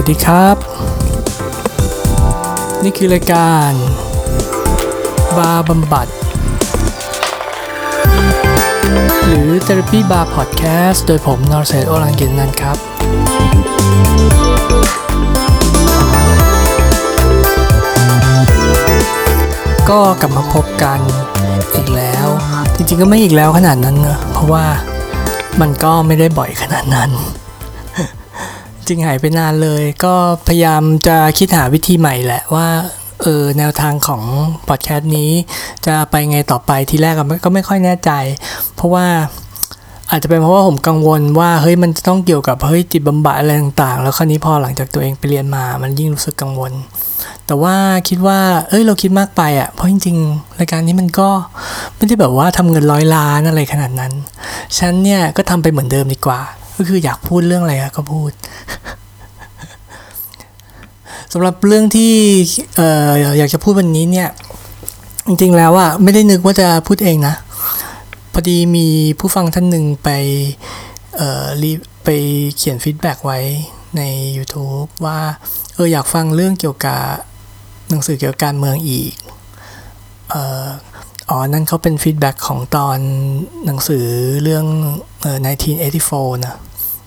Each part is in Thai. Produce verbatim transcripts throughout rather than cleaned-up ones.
สดีครับนี่คือรายการบาร์บำบัดหรือ Therapy Bar Podcast โดยผมนรเศรษฐ์ โอรังกินนันท์ครับก็กลับมาพบกันอีกแล้วจริงๆก็ไม่อีกแล้วขนาดนั้นนะเพราะว่ามันก็ไม่ได้บ่อยขนาดนั้นจริงหายไปนานเลยก็พยายามจะคิดหาวิธีใหม่แหละว่าเออแนวทางของพอดแคสต์นี้จะไปไงต่อไปทีแรกก็ไม่ค่อยแน่ใจเพราะว่าอาจจะเป็นเพราะว่าผมกังวลว่าเฮ้ยมันจะต้องเกี่ยวกับเฮ้ยจิตบำบัดอะไรต่างๆแล้วคราวนี้พอหลังจากตัวเองไปเรียนมามันยิ่งรู้สึกกังวลแต่ว่าคิดว่าเอ้ยเราคิดมากไปอ่ะเพราะจริงๆรายการนี้มันก็ไม่ได้แบบว่าทำเงินร้อยล้านอะไรขนาดนั้นฉันเนี่ยก็ทำไปเหมือนเดิมดีกว่าก็คืออยากพูดเรื่องอะไรก็พูด สำหรับเรื่องที่เอ่ออยากจะพูดวันนี้เนี่ยจริงๆแล้วอ่ะไม่ได้นึกว่าจะพูดเองนะพอดีมีผู้ฟังท่านหนึ่งไปเอ่อรีไปเขียนฟีดแบ็กไว้ใน YouTube ว่าเอออยากฟังเรื่องเกี่ยวกับหนังสือเกี่ยวกับการเมืองอีกเอ่ออ๋อนั่นเขาเป็นฟีดแบ็กของตอนหนังสือเรื่องเอ่อหนึ่งพันเก้าร้อยแปดสิบสี่นะ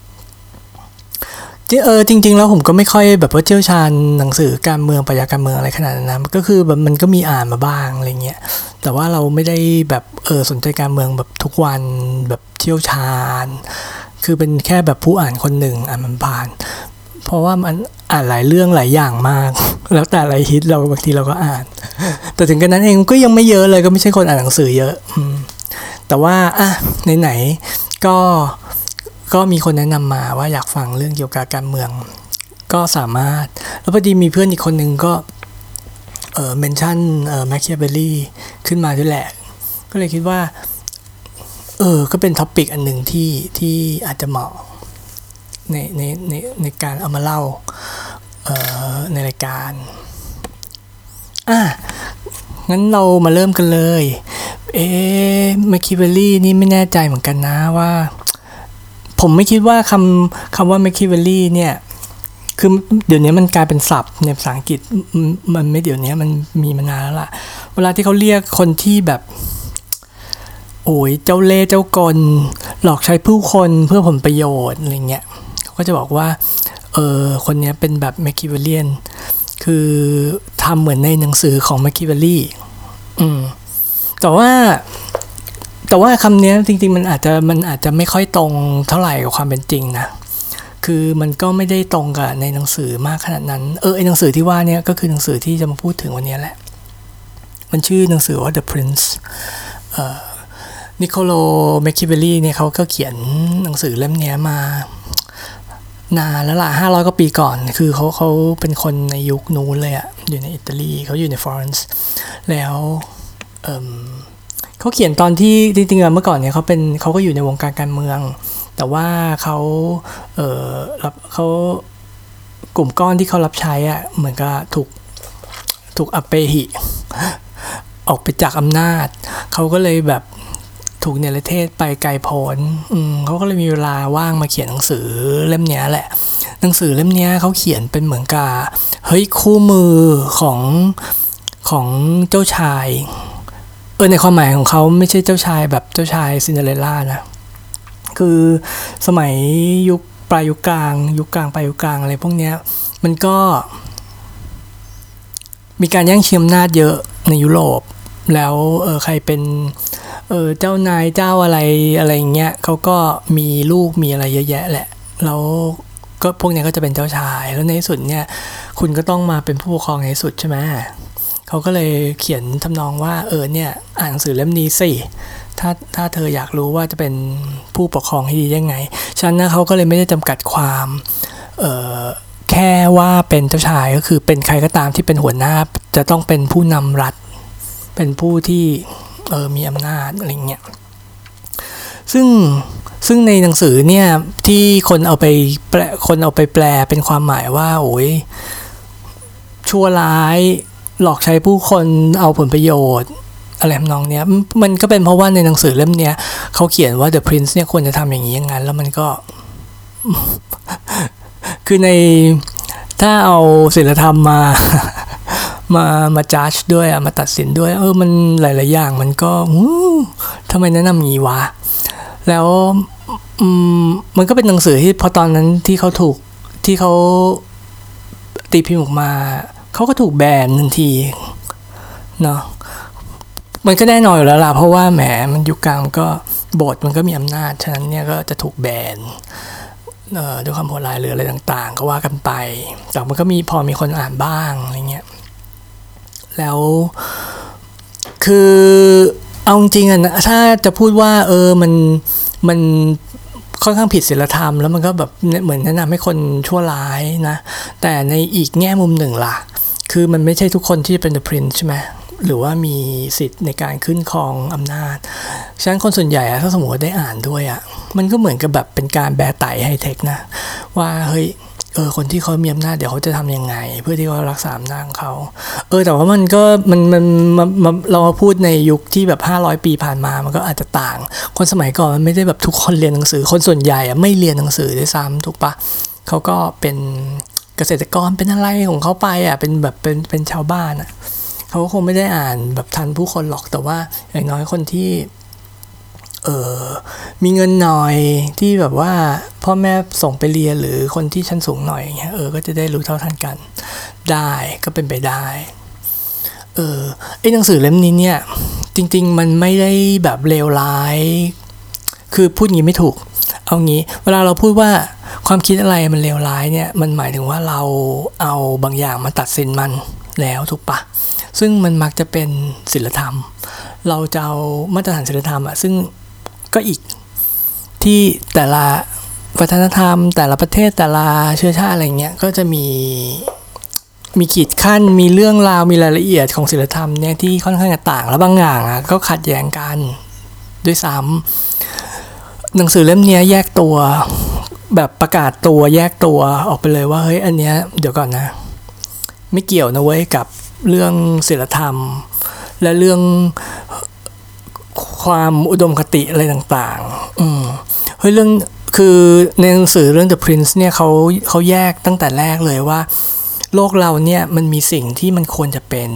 เออจริงๆแล้วผมก็ไม่ค่อยแบบว่าเชี่ยวชาญหนังสือการเมืองปรัชญาการเมืองอะไรขนาดนั้นก็คือแบบมันก็มีอ่านมาบ้างอะไรเงี้ยแต่ว่าเราไม่ได้แบบเออสนใจการเมืองแบบทุกวันแบบเชี่ยวชาญคือเป็นแค่แบบผู้อ่านคนหนึ่งอ่านมันผ่านเพราะว่ามันอ่านหลายเรื่องหลายอย่างมากแล้วแต่อะไรฮิตเราบางทีเราก็อ่านแต่ถึงกันนั้นเองก็ยังไม่เยอะเลยก็ไม่ใช่คนอ่านหนังสือเยอะแต่ว่าอ่ะไหนๆก็ก็มีคนแนะนำมาว่าอยากฟังเรื่องเกี่ยวกับการเมืองก็สามารถแล้วพอดีมีเพื่อนอีกคนนึงก็เอ่อเมนชั่นเอ่อแมคคิอาเวลลี่ขึ้นมาด้วยแหละก็เลยคิดว่าเออก็เป็นท็อปิกอันหนึ่งที่ที่อาจจะเหมาะในในในในการเอามาเล่าเอ่อในรายการอ่ะงั้นเรามาเริ่มกันเลยเอ๊ะแมคคิอาเวลลี่นี่ไม่แน่ใจเหมือนกันนะว่าผมไม่คิดว่าคำคำว่า Machiavelli เนี่ยคือเดี๋ยวนี้มันกลายเป็นศัพท์ในภาษาอังกฤษมันไม่เดี๋ยวนี้มันมีมานานแล้วล่ะเวลาที่เขาเรียกคนที่แบบโอ้ยเจ้าเล่ห์เจ้ากลหลอกใช้ผู้คนเพื่อผลประโยชน์อะไรเงี้ยเขาก็จะบอกว่าเออคนนี้เป็นแบบ Machiavellian คือทำเหมือนในหนังสือของ Machiavelli อืมแต่ว่าแต่ว่าคำนี้จริงๆมันอาจจะมันอาจจะไม่ค่อยตรงเท่าไหร่กับความเป็นจริงนะคือมันก็ไม่ได้ตรงกับในหนังสือมากขนาดนั้นเออไอหนังสือที่ว่าเนี่ยก็คือหนังสือที่จะมาพูดถึงวันนี้แหละมันชื่อหนังสือว่า The Prince เอ่อนิโคโลแมคคิอาเวลลี่เนี่ยเขาก็เขียนหนังสือเล่มนี้มานานแล้วล่ะห้าร้อยกว่าปีก่อนคือเขาเขาเป็นคนในยุคนู้นเลยอะอยู่ในอิตาลีเขาอยู่ในฟลอเรนซ์แล้วเอ่อเขาเขียนตอนที่จริงๆเมื่อก่อนเนี่ยเขาเป็นเขาก็อยู่ในวงการการเมืองแต่ว่าเขาเอ่อรับเขากลุ่มก้อนที่เขารับใช้อ่ะเหมือนกับถูกถูกอเปหิออกไปจากอำนาจเขาก็เลยแบบถูกเนรเทศไปไกลโพ้นอืมเขาก็เลยมีเวลาว่างมาเขียนหนังสือเล่มนี้แหละหนังสือเล่มนี้เขาเขียนเป็นเหมือนกับเฮ้ยคู่มือของของเจ้าชายเออในความหมายของเขาไม่ใช่เจ้าชายแบบเจ้าชายซินเดอเรลล่านะคือสมัยยุคปลายยุคกลางยุคกลางปลายยุคกลางอะไรพวกเนี้ยมันก็มีการแย่งชิงอำนาจเยอะในยุโรปแล้วเออใครเป็นเออเจ้านายเจ้าอะไรอะไรเงี้ยเขาก็มีลูกมีอะไรเยอะแยะแหละแล้วก็พวกนี้ก็จะเป็นเจ้าชายแล้วในที่สุดเนี่ยคุณก็ต้องมาเป็นผู้ปกครองในที่สุดใช่ไหมเขาก็เลยเขียนทำนองว่าเออเนี่ยอ่านหนังสือเล่มนี้สิถ้าถ้าเธออยากรู้ว่าจะเป็นผู้ปกครองที่ดียังไงฉะนั้นนะเขาก็เลยไม่ได้จำกัดความเอ่อแค่ว่าเป็นเจ้าชายก็คือเป็นใครก็ตามที่เป็นหัวหน้าจะต้องเป็นผู้นำรัฐเป็นผู้ที่เออมีอำนาจอะไรเงี้ยซึ่งซึ่งในหนังสือเนี่ยที่คนเอาไปแปลคนเอาไปแปลเป็นความหมายว่าโอ้ยชั่วร้ายหลอกใช้ผู้คนเอาผลประโยชน์อะไรทำนองเนี้ยมันก็เป็นเพราะว่าในหนังสือเล่มเนี้ยเขาเขียนว่า The Prince เนี่ยควรจะทำอย่างนี้อย่างนั้นแล้วมันก็ คือในถ้าเอาศีลธรรมมา มามาจัดด้วยอะมาตัดสินด้วยเออมันหลายๆอย่างมันก็ทำไมแนะนำงี้วะแล้วมันก็เป็นหนังสือที่พอตอนนั้นที่เขาถูกที่เขาตีพิมพ์ออกมาเขาก็ถูกแบนทันทีเนาะมันก็แน่นอนอยู่แล้วล่ะเพราะว่าแหมมันยุคกลางก็โบสถ์มันก็มีอำนาจฉะนั้นเนี่ยก็จะถูกแบนด้วยความโหดร้ายหรืออะไรต่างๆก็ว่ากันไปแต่มันก็มีพอมีคนอ่านบ้างอะไรเงี้ยแล้วคือเอาจริงๆอะนะถ้าจะพูดว่าเออมันมันค่อนข้างผิดศีลธรรมแล้วมันก็แบบเหมือนแนะนำให้คนชั่วร้ายนะแต่ในอีกแง่มุมหนึ่งล่ะคือมันไม่ใช่ทุกคนที่เป็น the prince ใช่ไหมหรือว่ามีสิทธิ์ในการขึ้นครองอำนาจฉะนั้นคนส่วนใหญ่อะถ้าสมมติว่าได้อ่านด้วยอะมันก็เหมือนกับแบบเป็นการแบไต่ไฮเทคนะว่าเฮ้ยเออคนที่เขามีอำนาจเดี๋ยวเขาจะทำยังไงเพื่อที่เขารักษาอำนาจของเขาเออแต่ว่ามันก็มันมันมันเราพูดในยุคที่แบบห้าร้อยปีผ่านมามันก็อาจจะต่างคนสมัยก่อนมันไม่ได้แบบทุกคนเรียนหนังสือคนส่วนใหญ่อะไม่เรียนหนังสือด้วยซ้ำถูกปะเขาก็เป็นเกษตรกรเป็นอะไรของเขาไปอะเป็นแบบเป็นเป็นชาวบ้านอะเขาคงไม่ได้อ่านแบบทันผู้คนหรอกแต่ว่าอย่างน้อยคนที่เออมีเงินหน่อยที่แบบว่าพ่อแม่ส่งไปเรียนหรือคนที่ชั้นสูงหน่อยอย่างเงี้ยเออก็จะได้รู้เท่าทันกันได้ก็เป็นไปได้เออไอ้หนังสือเล่มนี้เนี่ยจริงๆมันไม่ได้แบบเลวร้ายคือพูดงี้ไม่ถูกเอางี้เวลาเราพูดว่าความคิดอะไรมันเลวร้ายเนี่ยมันหมายถึงว่าเราเอาบางอย่างมาตัดสินมันแล้วถูกปะซึ่งมันมักจะเป็นศีลธรรมเราจะเอามาตรฐานศีลธรรมอะซึ่งก็อีกที่แต่ละวัฒนธรรมแต่ละประเทศแต่ละเชื้อชาติอะไรเงี้ยก็จะมีมีขีดขั้นมีเรื่องราวมีรายละเอียดของศีลธรรมเนี่ยที่ค่อนข้างจะต่างและบางอย่างอะก็ขัดแย้งกันด้วยซ้ำหนังสือเล่มนี้แยกตัวแบบประกาศตัวแยกตัวออกไปเลยว่าเฮ้ยอันเนี้ยเดี๋ยวก่อนนะไม่เกี่ยวนะเว้ยกับเรื่องศีลธรรมและเรื่องความอุดมคติอะไรต่างๆอืมเฮ้ยเรื่องคือในหนังสือเรื่อง The Prince เนี่ยเขาเขาแยกตั้งแต่แรกเลยว่าโลกเราเนี่ยมันมีสิ่งที่มันควรจะเป็น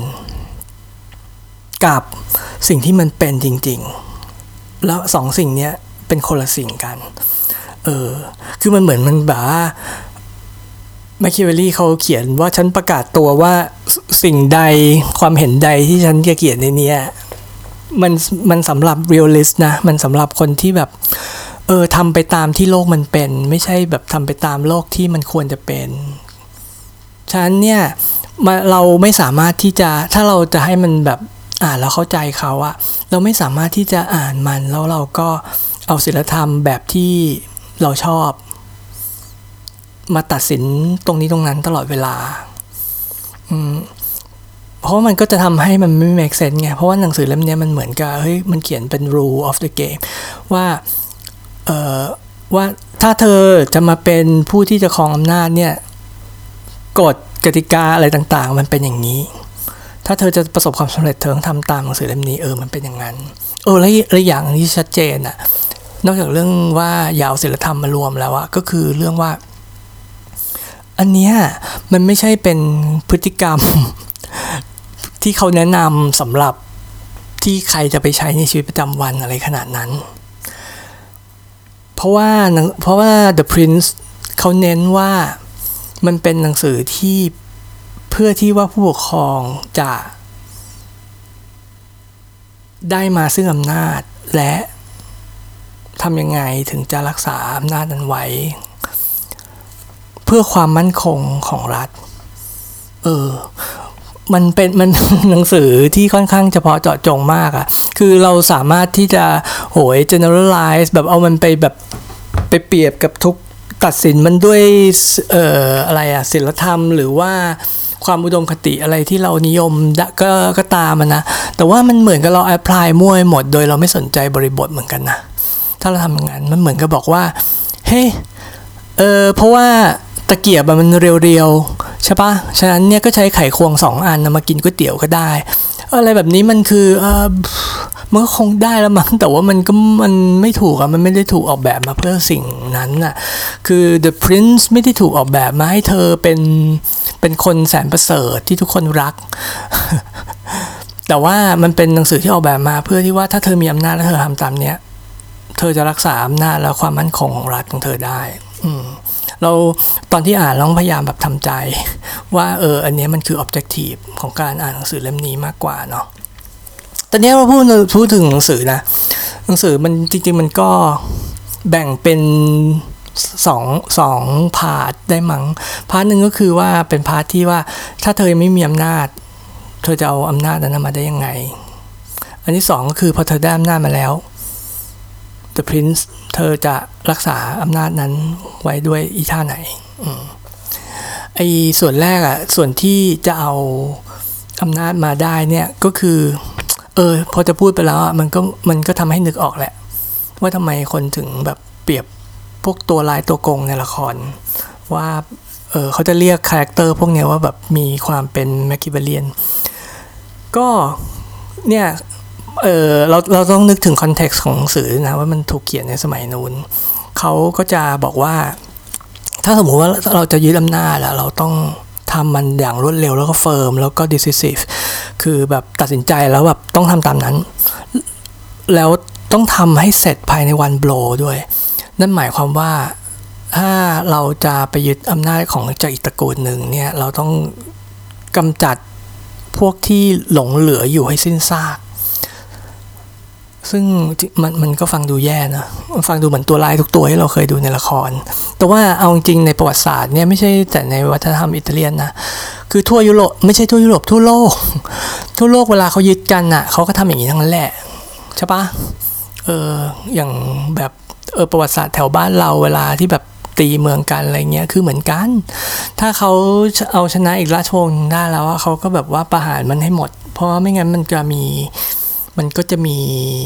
กับสิ่งที่มันเป็นจริงๆแล้วสองสิ่งเนี้ยเป็นคนละสิ่งกันเออคือมันเหมือนมันแบบว่าแมคคิวเวลลี่เขาเขียนว่าฉันประกาศตัวว่าสิ่งใดความเห็นใดที่ฉันจะเขียนในนี้มันมันสำหรับเรียลลิสต์นะมันสำหรับคนที่แบบเออทำไปตามที่โลกมันเป็นไม่ใช่แบบทำไปตามโลกที่มันควรจะเป็นฉะนั้นเนี่ยเราไม่สามารถที่จะถ้าเราจะให้มันแบบอ่านแล้วเข้าใจเขาอะเราไม่สามารถที่จะอ่านมันแล้วเราก็เอาศีลธรรมแบบที่เราชอบมาตัดสินตรงนี้ตรงนั้นตลอดเวลาอืมเพราะมันก็จะทำให้มันไม่ make sense ไงเพราะว่าหนังสือเล่มนี้มันเหมือนกับเฮ้ยมันเขียนเป็น rule of the game ว่าเอ่อว่าถ้าเธอจะมาเป็นผู้ที่จะครองอำนาจเนี่ยกฎกติกาอะไรต่างๆมันเป็นอย่างนี้ถ้าเธอจะประสบความสำเร็จเธอต้องทำตามหนังสือเล่มนี้เออมันเป็นอย่างนั้นเออแล้วและอย่างที่ชัดเจนอ่ะนอกจากเรื่องว่ายาวศีลธรรมมารวมแล้วอะก็คือเรื่องว่าอันเนี้ยมันไม่ใช่เป็นพฤติกรรมที่เขาแนะนำสำหรับที่ใครจะไปใช้ในชีวิตประจำวันอะไรขนาดนั้นเพราะว่าเพราะว่า The Prince เขาเน้นว่ามันเป็นหนังสือที่เพื่อที่ว่าผู้ปกครองจะได้มาซึ่งอำนาจและทำยังไงถึงจะรักษาอำนาจนั้นไว้เพื่อความมั่นคงของรัฐเออมันเป็นมันหนังสือที่ค่อนข้างเฉพาะเจาะจงมากอ่ะคือเราสามารถที่จะโหย generalize แบบเอามันไปแบบไปเปรียบกับทุกตัดสินมันด้วยเอ่ออะไรอ่ะศีลธรรมหรือว่าความอุดมคติอะไรที่เรานิยมก็ก็ตามมันนะแต่ว่ามันเหมือนกับเรา apply มั่วหมดโดยเราไม่สนใจบริบทเหมือนกันนะถ้าเราทำอย่างนั้นมันเหมือนกับบอกว่าเฮ้ hey, เออเพราะว่าตะเกียบมันเรียวๆใช่ปะฉะนั้นเนี่ยก็ใช้ไขควงสองอันมากินก๋วยเตี๋ยวก็ได้อะไรแบบนี้มันคือเออมันก็คงได้แล้วมั้งแต่ว่ามันก็มันไม่ถูกอะมันไม่ได้ถูกออกแบบมาเพื่อสิ่งนั้นน่ะคือ The Prince ไม่ได้ถูกออกแบบมาให้เธอเป็นเป็นคนแสนประเสริฐที่ทุกคนรัก แต่ว่ามันเป็นหนังสือที่ออกแบบมาเพื่อที่ว่าถ้าเธอมีอำนาจและเธอทำตามเนี้ยเธอจะรักษาอำนาจและความมั่นคงของรัฐของเธอได้อืมเราตอนที่อ่านเราพยายามแบบทำใจว่าเอออันนี้มันคือ objective ของการอ่านหนังสือเล่มนี้มากกว่าเนาะตอนนี้เราพูดพูดถึงหนังสือนะหนังสือมันจริงๆมันก็แบ่งเป็นสองสองพาร์ทได้มั้งพาร์ทหนึ่งก็คือว่าเป็นพาร์ทที่ว่าถ้าเธอไม่มีอำนาจเธอจะเอาอำนาจนั้นมาได้ยังไงอันที่สองก็คือพอเธอได้อำนาจมาแล้ว The Prince เธอจะรักษาอำนาจนั้นไว้ด้วยอีท่าไหนไอ้ส่วนแรกอะส่วนที่จะเอาอำนาจมาได้เนี่ยก็คือเออพอจะพูดไปแล้วอะมันก็มันก็ทำให้นึกออกแหละว่าทำไมคนถึงแบบเปรียบพวกตัวร้ายตัวโกงในละครว่าเออเขาจะเรียกคาแรคเตอร์พวกเนี้ยว่าแบบมีความเป็นแมคคิเวเลียนก็เนี่ยเออเราเราต้องนึกถึงคอนเท็กซ์ของหนังสือนะว่ามันถูกเขียนในสมัยนู้นเขาก็จะบอกว่าถ้าสมมติว่าเราจะยึดอำนาจแล้วเราต้องทำมันอย่างรวดเร็วแล้วก็เฟิร์มแล้วก็ decisive คือแบบตัดสินใจแล้วแบบต้องทำตามนั้นแล้วต้องทำให้เสร็จภายในวันโบว์ด้วยนั่นหมายความว่าถ้าเราจะไปยึดอำนาจของจากอีกตระกูลหนึ่งเนี่ยเราต้องกำจัดพวกที่หลงเหลืออยู่ให้สิ้นซากซึ่งมันมันก็ฟังดูแย่นะฟังดูเหมือนตัวร้ายทุกตัวที่เราเคยดูในละครแต่ว่าเอาจริงในประวัติศาสตร์เนี่ยไม่ใช่แต่ในวัฒนธรรมอิตาเลียนนะคือทั่วยุโรปไม่ใช่ทั่วยุโรปทั่วโลกทั่วโลกเวลาเขายึดกันอ่ะเขาก็ทำอย่างนี้ทั้งนั้นแหละใช่ปะเอออย่างแบบเออประวัติศาสตร์แถวบ้านเราเวลาที่แบบตีเมืองกันอะไรเงี้ยคือเหมือนกันถ้าเขาเอาชนะอีกราชวงศ์ได้แล้วเขาก็แบบว่าประหารมันให้หมดเพราะไม่งั้นมันจะมีมันก็จะมี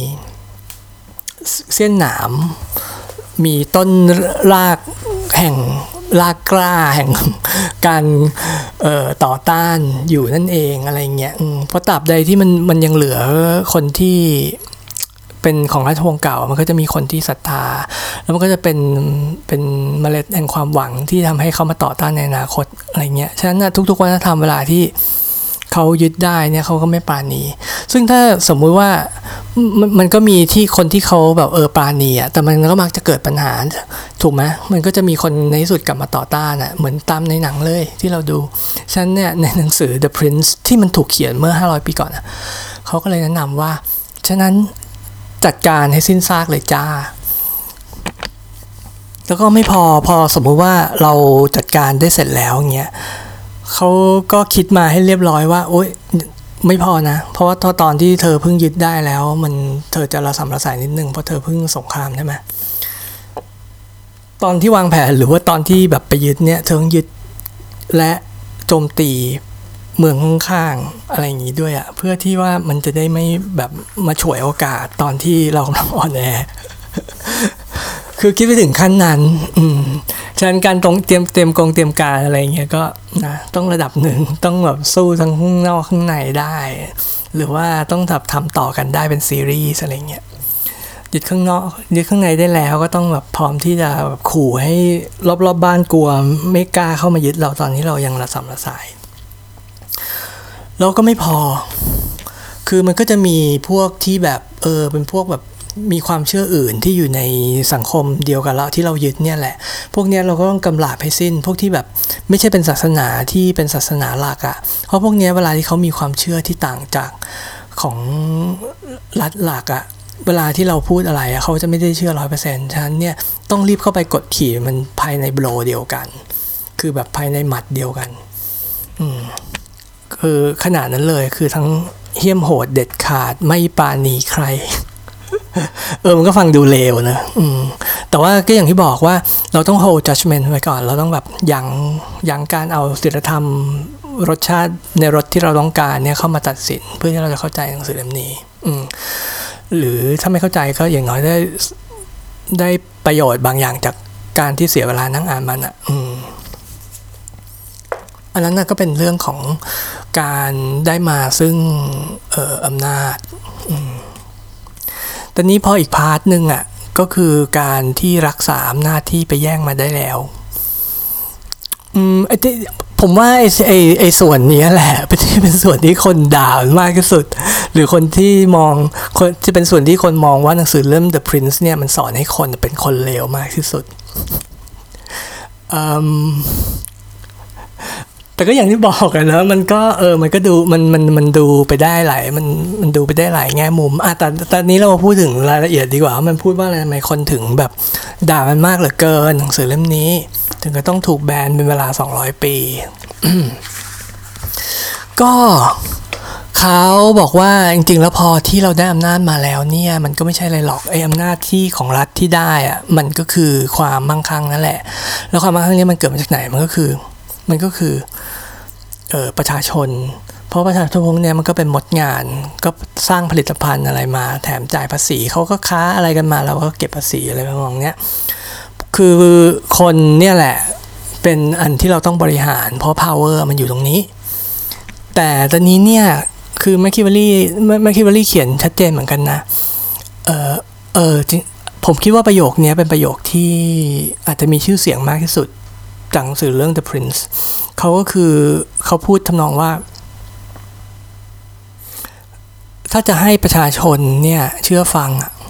เส้นหนามมีต้นรากแห่งรากกล้าแห่งการเอ่อต่อต้านอยู่นั่นเองอะไรเงี้ยเพราะตราบใดที่มันมันยังเหลือคนที่เป็นของราชวงศ์เก่ามันก็จะมีคนที่ศรัทธาแล้วมันก็จะเป็นเป็นเมล็ดแห่งความหวังที่ทำให้เขามาต่อต้านในอนาคตอะไรเงี้ยฉะนั้นทุกๆวัฒนธรรมเวลาที่เขายึดได้เนี่ยเขาก็ไม่ปราณีซึ่งถ้าสมมุติว่ามันมันก็มีที่คนที่เขาแบบเออปราณีอ่ะแต่มันก็มักจะเกิดปัญหาถูกไหมมันก็จะมีคนในที่สุดกลับมาต่อต้านอ่ะเหมือนตามในหนังเลยที่เราดูฉะนั้นเนี่ยในหนังสือ The Prince ที่มันถูกเขียนเมื่อห้าร้อยปีก่อนอ่ะเขาก็เลยแนะนำว่าฉะนั้นจัดการให้สิ้นซากเลยจ้าแล้วก็ไม่พอพอสมมุติว่าเราจัดการได้เสร็จแล้วเงี้ยเขาก็คิดมาให้เรียบร้อยว่าโอ๊ยไม่พอนะเพราะว่าตอนที่เธอเพิ่งยึดได้แล้วมันเธอจะระสำระสายนิดนึงเพราะเธอเพิ่งสงครามใช่ไหมตอนที่วางแผนหรือว่าตอนที่แบบไปยึดเนี่ยเธอต้องยึดและโจมตีเมืองข้างๆอะไรอย่างนี้ด้วยอะเพื่อที่ว่ามันจะได้ไม่แบบมาฉวยโอกาสตอนที่เรากำลังอ่อนแอคือคิดไปถึงขั้นนั้นอืมฉะนั้นการตรงเตรียมเตรียมกองเตรียมการอะไรเงี้ยก็นะต้องระดับหนึ่งต้องแบบสู้ทั้งข้างนอกข้างในได้หรือว่าต้องทำทำต่อกันได้เป็นซีรีส์อะไรเงี้ยยึดข้างนอกยึดข้างในได้แล้วก็ต้องแบบพร้อมที่จะแบบขู่ให้รอบๆ บ, บ้านกลัวไม่กล้าเข้ามายึดเราตอนนี้เรายังระสำระสายแล้วก็ไม่พอคือมันก็จะมีพวกที่แบบเออเป็นพวกแบบมีความเชื่ออื่นที่อยู่ในสังคมเดียวกับเราที่เรายึดเนี่ยแหละพวกนี้เราก็ต้องกำราบให้สิ้นพวกที่แบบไม่ใช่เป็นศาสนาที่เป็นศาสนาหลักอ่ะเพราะพวกนี้เวลาที่เขามีความเชื่อที่ต่างจากของรัฐหลักอ่ะเวลาที่เราพูดอะไรอ่ะเขาจะไม่ได้เชื่อ ร้อยเปอร์เซ็นต์ ฉะนั้นเนี่ยต้องรีบเข้าไปกดขี่มันภายในโบรเดียวกันคือแบบภายในหมัดเดียวกันอืมคือขนาดนั้นเลยคือทั้งเหี้ยมโหดเด็ดขาดไม่ปราณีใครเออมันก็ฟังดูเลวนะอืมแต่ว่าก็อย่างที่บอกว่าเราต้อง hold judgment ไว้ก่อนเราต้องแบบยั้งยั้งการเอาศีลธรรมรสชาติในรสที่เราต้องการเนี่ยเข้ามาตัดสินเพื่อที่เราจะเข้าใจหนังสือเล่มนี้อืมหรือถ้าไม่เข้าใจก็อย่างน้อยได้ได้ประโยชน์บางอย่างจากการที่เสียเวลานั่งอ่านมันอ่ะอืมอันนั้นนะก็เป็นเรื่องของการได้มาซึ่งเอ่ออำนาจแต่นี้พออีกพาร์ทหนึ่งอ่ะก็คือการที่รักษาอำนาจที่ไปแย่งมาได้แล้วอืมไอ้ที่ผมว่าไอ้ไอ้ไอ้ส่วนนี้แหละเป็นที่เป็นส่วนที่คนด่ามากที่สุดหรือคนที่มองคนจะเป็นส่วนที่คนมองว่าหนังสือเล่ม The Prince เนี่ยมันสอนให้คนเป็นคนเลวมากที่สุดอืมแต่ก็อย่างที่บอกกันนะมันก็เออมันก็ดูมันมันมันดูไปได้หลายมันมันดูไปได้หลายแง่มุมอ่ะแต่ตอนนี้เรามาพูดถึงรายละเอียดดีกว่ามันพูดว่าอะไรทำไมคนถึงแบบด่ามันมากเหลือเกินหนังสือเล่มนี้ถึงก็ต้องถูกแบนเป็นเวลาสองร้อยปี ก็เขาบอกว่าจริงๆแล้วพอที่เราได้อำนาจมาแล้วเนี่ยมันก็ไม่ใช่อะไรหรอกไอ้อำนาจที่ของรัฐที่ได้อะมันก็คือความมั่งคั่งนั่นแหละแล้วความมั่งคั่งนี้มันเกิดมาจากไหนมันก็คือมันก็คือเออประชาชนเพราะประชาชนพวกนี้มันก็เป็นมดงานก็สร้างผลิตภัณฑ์อะไรมาแถมจ่ายภาษีเขาก็ค้าอะไรกันมาแล้วก็เก็บภาษีอะไรประมาณนี้คือคนเนี่ยแหละเป็นอันที่เราต้องบริหารเพราะ power มันอยู่ตรงนี้แต่ตอนนี้เนี่ยคือแมคคิวเวลลี่แมคคิวเวลลี่เขียนชัดเจนเหมือนกันนะเออเออจริงผมคิดว่าประโยคนี้เป็นประโยคที่อาจจะมีชื่อเสียงมากที่สุดจากหนังสือเรื่อง The Prince เขาก็คือเขาพูดทำนองว่าถ้าจะให้ประชาชนเนี่ยเชื่อฟัง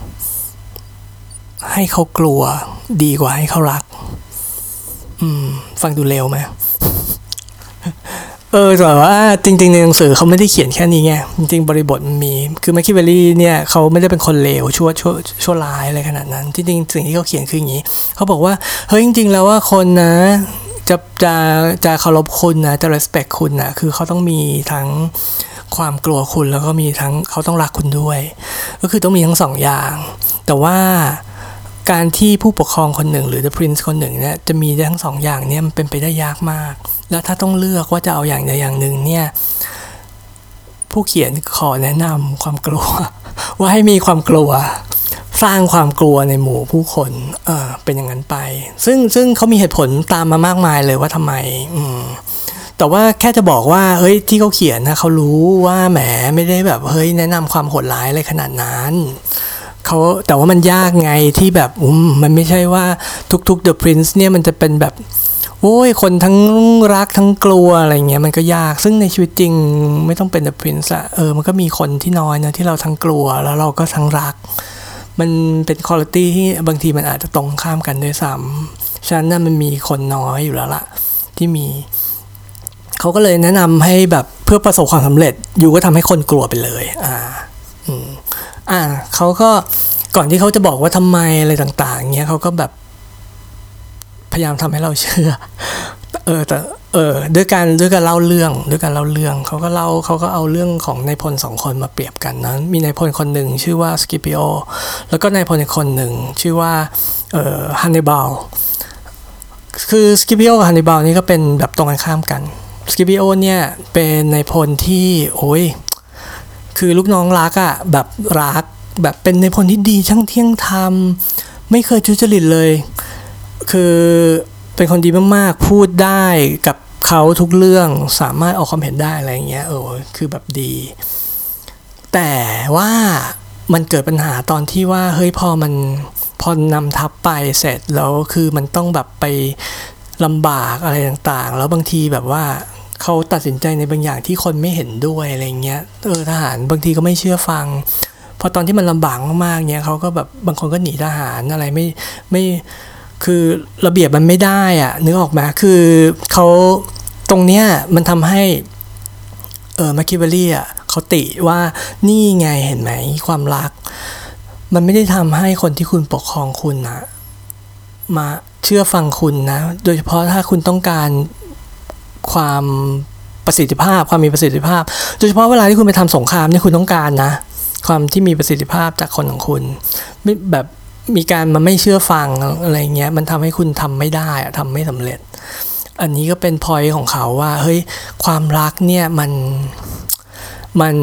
ให้เขากลัวดีกว่าให้เขารักอืมฟังดูเร็วไหม เออแต่ว่าจริงๆในหนังสือเขาไม่ได้เขียนแค่นี้ไงจริงๆบริบทมันมีคือแมคคิวเวลลี่เนี่ยเขาไม่ได้เป็นคนเลวชั่วชั่วชั่วร้ายอะไรขนาดนั้นจริงๆสิ่งที่เขาเขียนคืออย่างนี้เขาบอกว่าเฮ้ยจริงๆแล้วว่าคนนะจะจะจะเคารพคุณนะจะ respect คุณนะคือเขาต้องมีทั้งความกลัวคุณแล้วก็มีทั้งเขาต้องรักคุณด้วยก็คือต้องมีทั้งสองอย่างแต่ว่าการที่ผู้ปกครองคนหนึ่งหรือ The Prince คนหนึ่งเนี่ยจะมีทั้งสองอย่างเนี่ยมันเป็นไปได้ยากมากแล้วถ้าต้องเลือกว่าจะเอาอย่างใดอย่างหนึ่งเนี่ยผู้เขียนขอแนะนำความกลัว ว่าให้มีความกลัวสร้างความกลัวในหมู่ผู้คนเออเป็นอย่างนั้นไปซึ่งซึ่งเขามีเหตุผลตามมามากมายเลยว่าทำไมอืมแต่ว่าแค่จะบอกว่าเฮ้ยที่เขาเขียนนะเขารู้ว่าแหมไม่ได้แบบเฮ้ยแนะนำความโหดร้ายอะไรขนาดนั้นเขาแต่ว่ามันยากไงที่แบบอืมมันไม่ใช่ว่าทุกๆ The Prince เนี่ยมันจะเป็นแบบโอ้ยคนทั้งรักทั้งกลัวอะไรเงี้ยมันก็ยากซึ่งในชีวิตจริงไม่ต้องเป็น The Prince อะเออมันก็มีคนที่น้อยนะที่เราทั้งกลัวแล้วเราก็ทั้งรักมันเป็นคุณภาพที่บางทีมันอาจจะตรงข้ามกันด้วยซ้ำฉะนั้นน่ะมันมีคนน้อยอยู่แล้วล่ะที่มีเขาก็เลยแนะนำให้แบบเพื่อประสบความสำเร็จอยู่ก็ทำให้คนกลัวไปเลยอ่าอืมอ่าเขาก็ก่อนที่เขาจะบอกว่าทำไมอะไรต่างๆเงี้ยเขาก็แบบพยายามทำให้เราเชื่อเออแต่เออด้วยการด้วยการเล่าเรื่องด้วยการเล่าเรื่องเขาก็เล่าเขาก็เอาเรื่องของนายพลสองคนมาเปรียบกันนะมีนายพลคนหนึ่งชื่อว่าสกิปิโอแล้วก็นายพลอีกคนหนึ่งชื่อว่าเอ่อฮันนิบาลคือสกิปิโอกับฮันนิบาลนี่ก็เป็นแบบตรงกันข้ามกันสกิปิโอเนี่ยเป็นนายพลที่โอ้ยคือลูกน้องรักอ่ะแบบรักแบบเป็นนายพลที่ดีช่างเที่ยงธรรมไม่เคยทุจริตเลยคือเป็นคนดีมากๆพูดได้กับเขาทุกเรื่องสามารถออกความเห็นได้อะไรอย่างเงี้ยเออคือแบบดีแต่ว่ามันเกิดปัญหาตอนที่ว่าเฮ้ยพอมันพอนำทัพไปเสร็จแล้วคือมันต้องแบบไปลำบากอะไรต่างๆแล้วบางทีแบบว่าเขาตัดสินใจในบางอย่างที่คนไม่เห็นด้วยอะไรเงี้ยเออทหารบางทีก็ไม่เชื่อฟังพอตอนที่มันลำบากมากๆเนี้ยเขาก็แบบบางคนก็หนีทหารอะไรไม่ไม่คือระเบียบมันไม่ได้อ่ะนึกออกมาคือเขาตรงเนี้ยมันทำให้เออแมคคิวเวลลี่อ่ะเขาติว่านี่ไงเห็นไหมความรักมันไม่ได้ทำให้คนที่คุณปกครองคุณนะมาเชื่อฟังคุณนะโดยเฉพาะถ้าคุณต้องการความประสิทธิภาพความมีประสิทธิภาพโดยเฉพาะเวลาที่คุณไปทำสงครามนี่คุณต้องการนะความที่มีประสิทธิภาพจากคนของคุณไม่แบบมีการมาไม่เชื่อฟังอะไรเงี้ยมันทำให้คุณทำไม่ได้ทำไม่สำเร็จอันนี้ก็เป็น point ของเขาว่าเฮ้ยความรักเนี่ยมันมัน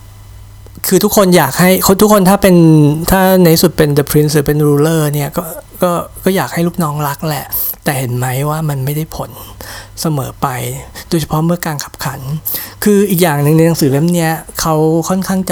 คือทุกคนอยากให้ทุกคนถ้าเป็นถ้าในสุดเป็น The Prince หรือเป็น ruler เนี่ยก็ก็ก็อยากให้ลูกน้องรักแหละแต่เห็นไหมว่ามันไม่ได้ผลเสมอไปโดยเฉพาะเมื่อการขับขันคืออีกอย่างหนึ่งในหนังสือเล่มนี้เขาค่อนข้างจะ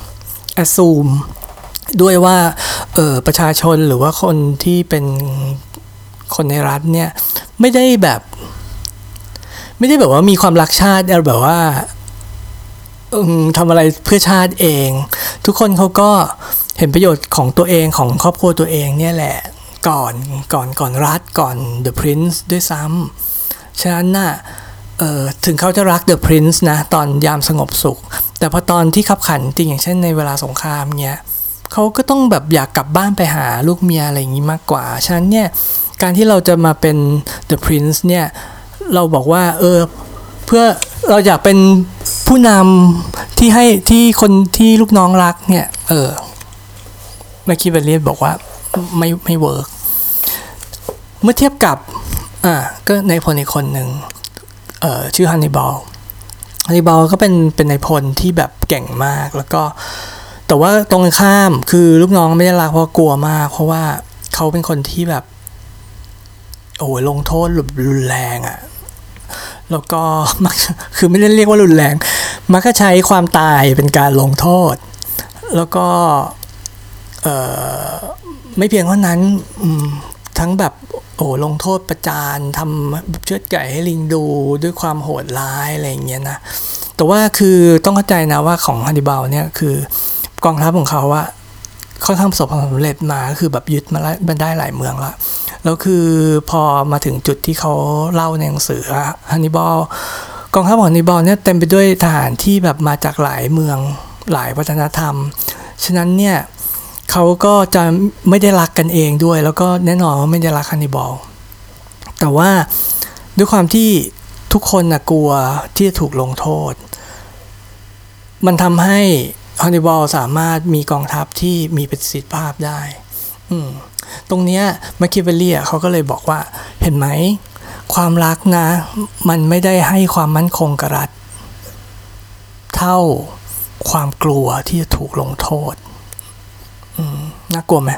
assume ด้วยว่าเออประชาชนหรือว่าคนที่เป็นคนในรัฐเนี่ยไม่ได้แบบไม่ได้แบบว่ามีความรักชาติแบบว่าทำอะไรเพื่อชาติเองทุกคนเขาก็เห็นประโยชน์ของตัวเองของครอบครัวตัวเองเนี่ยแหละก่อนก่อนก่อนรัฐก่อน The Prince ด้วยซ้ำฉะนั้นน่ะถึงเขาจะรัก The Prince นะตอนยามสงบสุขแต่พอตอนที่ขับขันจริงอย่างเช่นในเวลาสงครามเงี้ยเขาก็ต้องแบบอยากกลับบ้านไปหาลูกเมียอะไรอย่างนี้มากกว่าฉะนั้นเนี่ยการที่เราจะมาเป็น The Prince เนี่ยเราบอกว่าเออเพื่อเราอยากเป็นผู้นำที่ให้ที่คนที่ลูกน้องรักเนี่ยเออแมคคิเวลลี่บอกว่าไม่ไม่เวิร์กเมื่อเทียบกับอ่าก็นายพลอีกคนหนึ่งเอ่อชื่อฮันนิบาลฮันนิบาลก็เป็นเป็นนายพลที่แบบเก่งมากแล้วก็แต่ว่าตรงข้ามคือลูกน้องไม่ได้รักเพราะกลัวมากเพราะว่าเขาเป็นคนที่แบบโอ้ยลงโทษรุนแรงอ่ะแล้วก็มักคือไม่ได้เรียกว่ารุนแรงมักจะใช้ความตายเป็นการลงโทษแล้วก็เอ่อไม่เพียงเท่านั้นทั้งแบบโอ้ลงโทษประจานทำเชือดไก่ให้ลิงดูด้วยความโหดร้ายอะไรอย่างเงี้ยนะแต่ว่าคือต้องเข้าใจนะว่าของฮันนิบาลเนี่ยคือกองทัพของเขาว่าค่อนข้างประสบความสำเร็จมาคือแบบยึดมาได้หลายเมืองละแล้วคือพอมาถึงจุดที่เขาเล่าในหนังสือฮันนิบาลกองทัพของฮันนิบาลเนี่ยเต็มไปด้วยทหารที่แบบมาจากหลายเมืองหลายวัฒนธรรมฉะนั้นเนี่ยเขาก็จะไม่ได้รักกันเองด้วยแล้วก็แน่นอนว่าไม่ได้รักฮันนิบาลแต่ว่าด้วยความที่ทุกคนนะกลัวที่จะถูกลงโทษมันทำให้ฮันนิบาลสามารถมีกองทัพที่มีประสิทธิภาพได้อืมตรงเนี้ยแมคคิเวลลี่เขาก็เลยบอกว่าเห็นไหมความรักนะมันไม่ได้ให้ความมั่นคงกับรัฐเท่าความกลัวที่จะถูกลงโทษอืมน่ากลัวไหม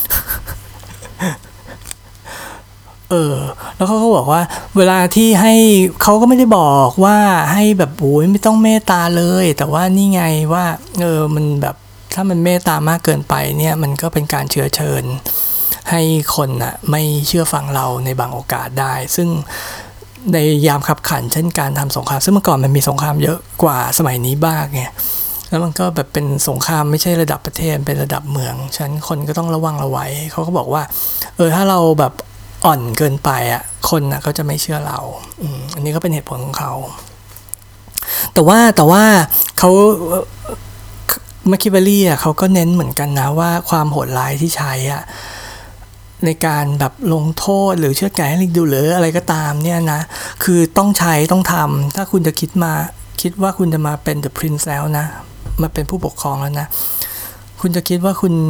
เออแล้วเขาก็บอกว่าเวลาที่ให้เขาก็ไม่ได้บอกว่าให้แบบโอ้ยไม่ต้องเมตตาเลยแต่ว่านี่ไงว่าเออมันแบบถ้ามันเมตตามากเกินไปเนี่ยมันก็เป็นการเชื้อเชิญให้คนน่ะไม่เชื่อฟังเราในบางโอกาสได้ซึ่งในยามขับขันเช่นการทำสงครามซึ่งเมื่อก่อนมันมีสงครามเยอะกว่าสมัยนี้บ้างไงแล้วมันก็แบบเป็นสงครามไม่ใช่ระดับประเทศเป็นระดับเมืองฉะนั้นคนก็ต้องระวังระไว้เขาก็บอกว่าเออถ้าเราแบบอ่อนเกินไปอ่ะคนน่ะก็จะไม่เชื่อเราอืมอันนี้ก็เป็นเหตุผลของเขาแต่ว่าแต่ว่าเขาแมคคิเวลลี่อ่ะเขาก็เน้นเหมือนกันนะว่าความโหดร้ายที่ใช้อ่ะในการแบบลงโทษหรือเชือดไก่ให้ลิงดูหรืออะไรก็ตามเนี่ยนะคือต้องใช้ต้องทำถ้าคุณจะคิดมาคิดว่าคุณจะมาเป็น The Prince แล้วนะมาเป็นผู้ปกครองแล้วนะคุณจะคิดว่าคุณ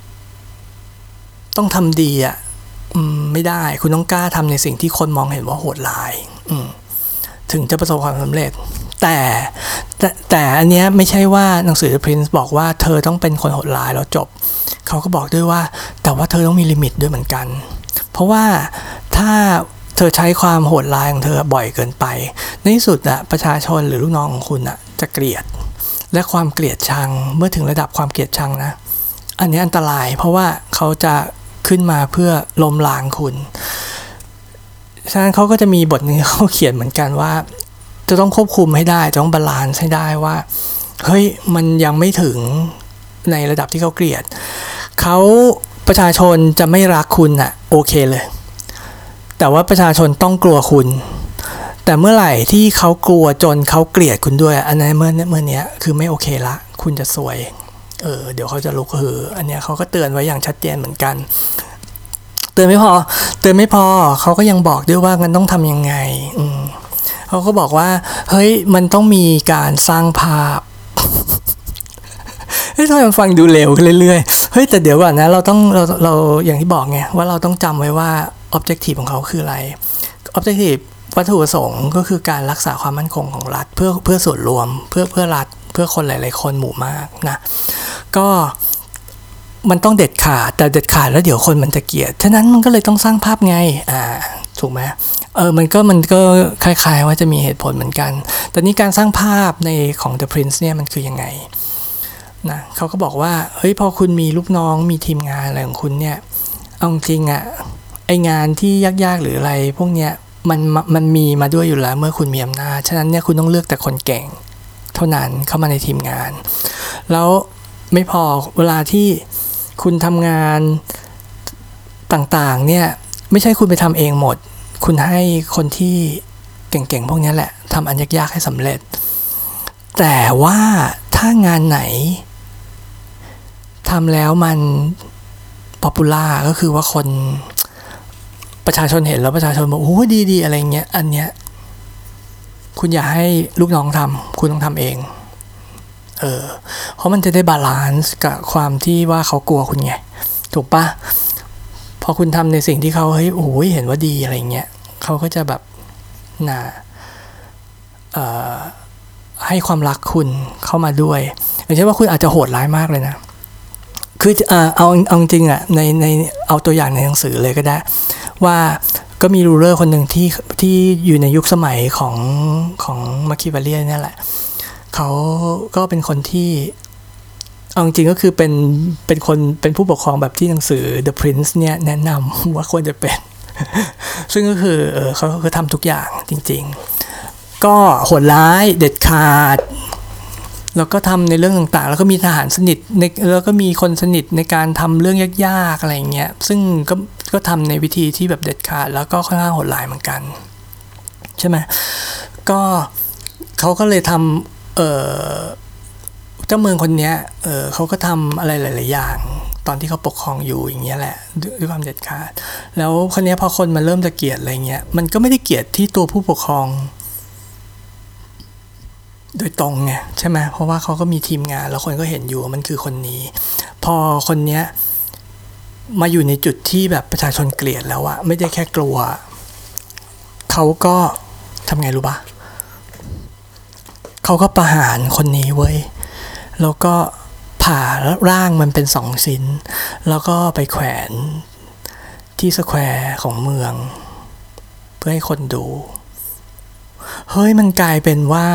ต้องทำดีอ่ะไม่ได้คุณต้องกล้าทำในสิ่งที่คนมองเห็นว่าโหดร้ายถึงจะประสบความสำเร็จแต่แต่แต่อันเนี้ยไม่ใช่ว่าหนังสือ The Prince บอกว่าเธอต้องเป็นคนโหดร้ายแล้วจบเขาก็บอกด้วยว่าแต่ว่าเธอต้องมีลิมิตด้วยเหมือนกันเพราะว่าถ้าเธอใช้ความโหดร้ายของเธอบ่อยเกินไปในที่สุดอะประชาชนหรือลูกน้องของคุณอะจะเกลียดและความเกลียดชังเมื่อถึงระดับความเกลียดชังนะอันนี้อันตรายเพราะว่าเขาจะขึ้นมาเพื่อล้มล้างคุณฉะนั้นเขาก็จะมีบทนึงเขาเขียนเหมือนกันว่าจะต้องควบคุมให้ได้จะต้องบาลานซ์ให้ได้ว่าเฮ้ยมันยังไม่ถึงในระดับที่เขาเกลียดเขาประชาชนจะไม่รักคุณอะโอเคเลยแต่ว่าประชาชนต้องกลัวคุณแต่เมื่อไหร่ที่เขากลัวจนเขาเกลียดคุณด้วยอันนั้นเมื่อเมื่อนี้คือไม่โอเคละคุณจะซวยเออเดี๋ยวเขาจะลุกฮืออันเนี้ยเขาก็เตือนไว้อย่างชัดเจนเหมือนกันเตือนไม่พอเตือนไม่พอเขาก็ยังบอกด้วยว่างั้นต้องทำยังไงอืมเขาก็บอกว่าเฮ้ยมันต้องมีการสร้างภาพเฮ้ยทำไมมันฟังดูเร็วขึ้นเรื่อยๆเฮ้ยแต่เดี๋ยวก่อนนะเราต้องเราเราอย่างที่บอกไงว่าเราต้องจำไว้ว่า objective ของเขาคืออะไร objective วัตถุประสงค์ก็คือการรักษาความมั่นคงของรัฐเพื่อเพื่อส่วนรวมเพื่อเพื่อรัฐเพื่อคนหลายๆคนหมู่มากนะก็มันต้องเด็ดขาดแต่เด็ดขาดแล้วเดี๋ยวคนมันจะเกลียดฉะนั้นมันก็เลยต้องสร้างภาพไงอ่าถูกไหมเออมันก็มันก็คล้ายๆว่าจะมีเหตุผลเหมือนกันแต่นี้การสร้างภาพในของ The Prince เนี่ยมันคือยังไงนะเขาก็บอกว่าเฮ้ยพอคุณมีลูกน้องมีทีมงานอะไรของคุณเนี่ยเอาจริงอะไองานที่ยากๆหรืออะไรพวกเนี้ยมันมันมีมาด้วยอยู่แล้วเมื่อคุณมีอำนาจฉะนั้นเนี่ยคุณต้องเลือกแต่คนเก่งเท่านั้นเข้ามาในทีมงานแล้วไม่พอเวลาที่คุณทำงานต่างๆเนี่ยไม่ใช่คุณไปทำเองหมดคุณให้คนที่เก่งๆพวกนี้แหละทำอันยากๆให้สำเร็จแต่ว่าถ้างานไหนทำแล้วมันป๊อปปูล่าก็คือว่าคนประชาชนเห็นแล้วประชาชนบอกโอ้ดีๆอะไรเงี้ยอันเนี้ยคุณอย่าให้ลูกน้องทำคุณต้องทำเองเออเพราะมันจะได้บาลานซ์กับความที่ว่าเขากลัวคุณไงถูกปะพอคุณทำในสิ่งที่เขาเฮ้ยโอ้ยเห็นว่าดีอะไรเงี้ยเขาก็จะแบบน่าเอ่อให้ความรักคุณเข้ามาด้วยอย่างเช่นว่าคุณอาจจะโหดร้ายมากเลยนะคือเอาเอาเอาจริงอ่ะในในเอาตัวอย่างในหนังสือเลยก็ได้ว่าก็มีรูเลอร์คนหนึ่งที่ที่อยู่ในยุคสมัยของของมาคิเวเลียนี่แหละเขาก็เป็นคนที่เอาจริงก็คือเป็นเป็นคนเป็นผู้ปกครองแบบที่หนังสือ The Prince เนี่ยแนะนำว่าควรจะเป็น ซึ่งก็คือเออเขาเขาทำทุกอย่างจริงๆก็โหดร้ายเด็ดขาดแล้วก็ทำในเรื่องต่างๆแล้วก็มีทหารสนิทในแล้วก็มีคนสนิทในการทำเรื่องยากๆอะไรเงี้ยซึ่งก็ก็ทำในวิธีที่แบบเด็ดขาดแล้วก็ค่อนข้างโหดร้ายเหมือนกันใช่ไหมก็เขาก็เลยทำเอ่อเจ้าเมืองคนนี้เออเขาก็ทำอะไรหลายๆอย่างตอนที่เขาปกครองอยู่อย่างเงี้ยแหละด้วยความเด็ดขาดแล้วคนนี้พอคนมาเริ่มจะเกลียดอะไรเงี้ยมันก็ไม่ได้เกลียดที่ตัวผู้ปกครองโดยตรงไงใช่ไหมเพราะว่าเขาก็มีทีมงานแล้วคนก็เห็นอยู่ว่ามันคือคนนี้พอคนนี้มาอยู่ในจุดที่แบบประชาชนเกลียดแล้วอะไม่ได้แค่กลัวเขาก็ทำไงรู้ปะเขาก็ประหารคนนี้เว้ยแล้วก็ผ่าร่างมันเป็นสองชิ้นแล้วก็ไปแขวนที่สแควร์ของเมืองเพื่อให้คนดูเฮ้ยมันกลายเป็นว่า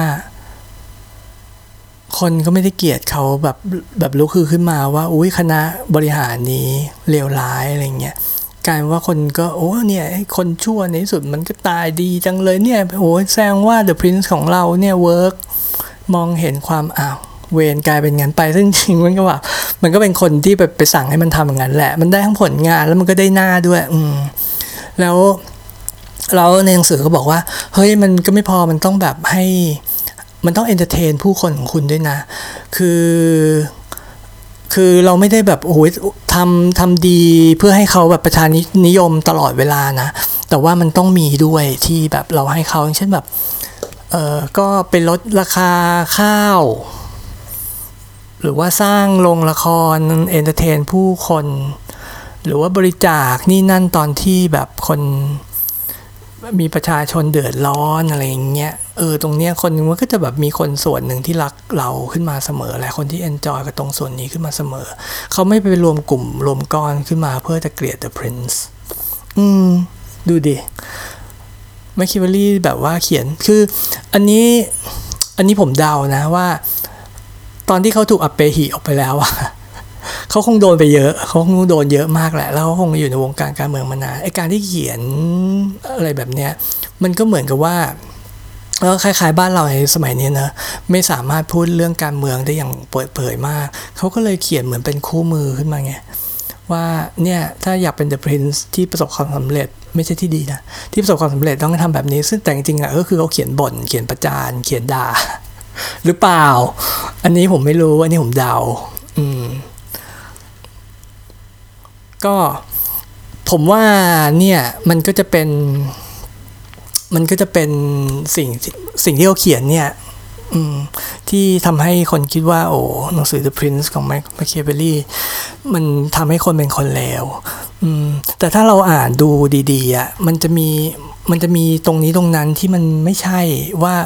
คนก็ไม่ได้เกลียดเขาแบบแบบลุกคือขึ้นมาว่าอุ้ยคณะบริหารนี้เลวร้ายอะไรเงี้ยกลายว่าคนก็โอ้เนี่ยคนชั่วในที่สุดมันก็ตายดีจังเลยเนี่ยโอ้แสดงว่า The Prince ของเราเนี่ยเวิร์กมองเห็นความอ้าวเวรกลายเป็นงั้นไปซึ่งจริงมันก็ว่ามันก็เป็นคนที่ไปไปสั่งให้มันทำอย่างนั้นแหละมันได้ทั้งผลงานแล้วมันก็ได้หน้าด้วยอืมแล้วแล้วในหนังสือก็บอกว่าเฮ้ยมันก็ไม่พอมันต้องแบบให้มันต้องเอนเตอร์เทนผู้คนของคุณด้วยนะคือคือเราไม่ได้แบบโอ้โหทำทำดีเพื่อให้เขาแบบประชานิยมตลอดเวลานะแต่ว่ามันต้องมีด้วยที่แบบเราให้เขาอย่างเช่นแบบเออก็เป็นลดราคาข้าวหรือว่าสร้างโรงละครเอนเตอร์เทนผู้คนหรือว่าบริจาคนี่นั่นตอนที่แบบคนมีประชาชนเดือดร้อนอะไรอย่างเงี้ยเออตรงเนี้ยคนมันก็จะแบบมีคนส่วนหนึ่งที่รักเราขึ้นมาเสมอแหละคนที่เอนจอยกับตรงส่วนนี้ขึ้นมาเสมอเขาไม่ไปรวมกลุ่มรวมก้อนขึ้นมาเพื่อจะเกลียด The Prince อืมดูดิแมคคิวเวลลี่แบบว่าเขียนคืออันนี้อันนี้ผมเดานะว่าตอนที่เขาถูกอัปเปหิออกไปแล้วอะเขาคงโดนไปเยอะเขาคงโดนเยอะมากแหละแล้วเขาคงอยู่ในวงการการเมืองมานานไอ้การที่เขียนอะไรแบบเนี้ยมันก็เหมือนกับว่าแล้วคล้ายๆบ้านเราในสมัยนี้นะไม่สามารถพูดเรื่องการเมืองได้อย่างเปิดเผยมากเขาก็เลยเขียนเหมือนเป็นคู่มือขึ้นมาไงว่าเนี่ยถ้าอยากเป็น The Prince ที่ประสบความสำเร็จไม่ใช่ที่ดีนะที่ประสบความสำเร็จต้องทำแบบนี้ซึ่งแต่จริงๆอะก็คือเขาเขียนบ่นเขียนประจานเขียนด่าหรือเปล่าอันนี้ผมไม่รู้อันนี้ผมเดาอืมก็ผมว่าเนี่ยมันก็จะเป็นมันก็จะเป็นสิ่งสิ่งที่เขาเขียนเนี่ยที่ทำให้คนคิดว่าโอ้หนังสือ The Prince ของ Machiavelli มันทำให้คนเป็นคนเลวแต่ถ้าเราอ่านดูดีๆอ่ะมันจะมีมันจะมีตรงนี้ตรงนั้นที่มันไม่ใช่ว่า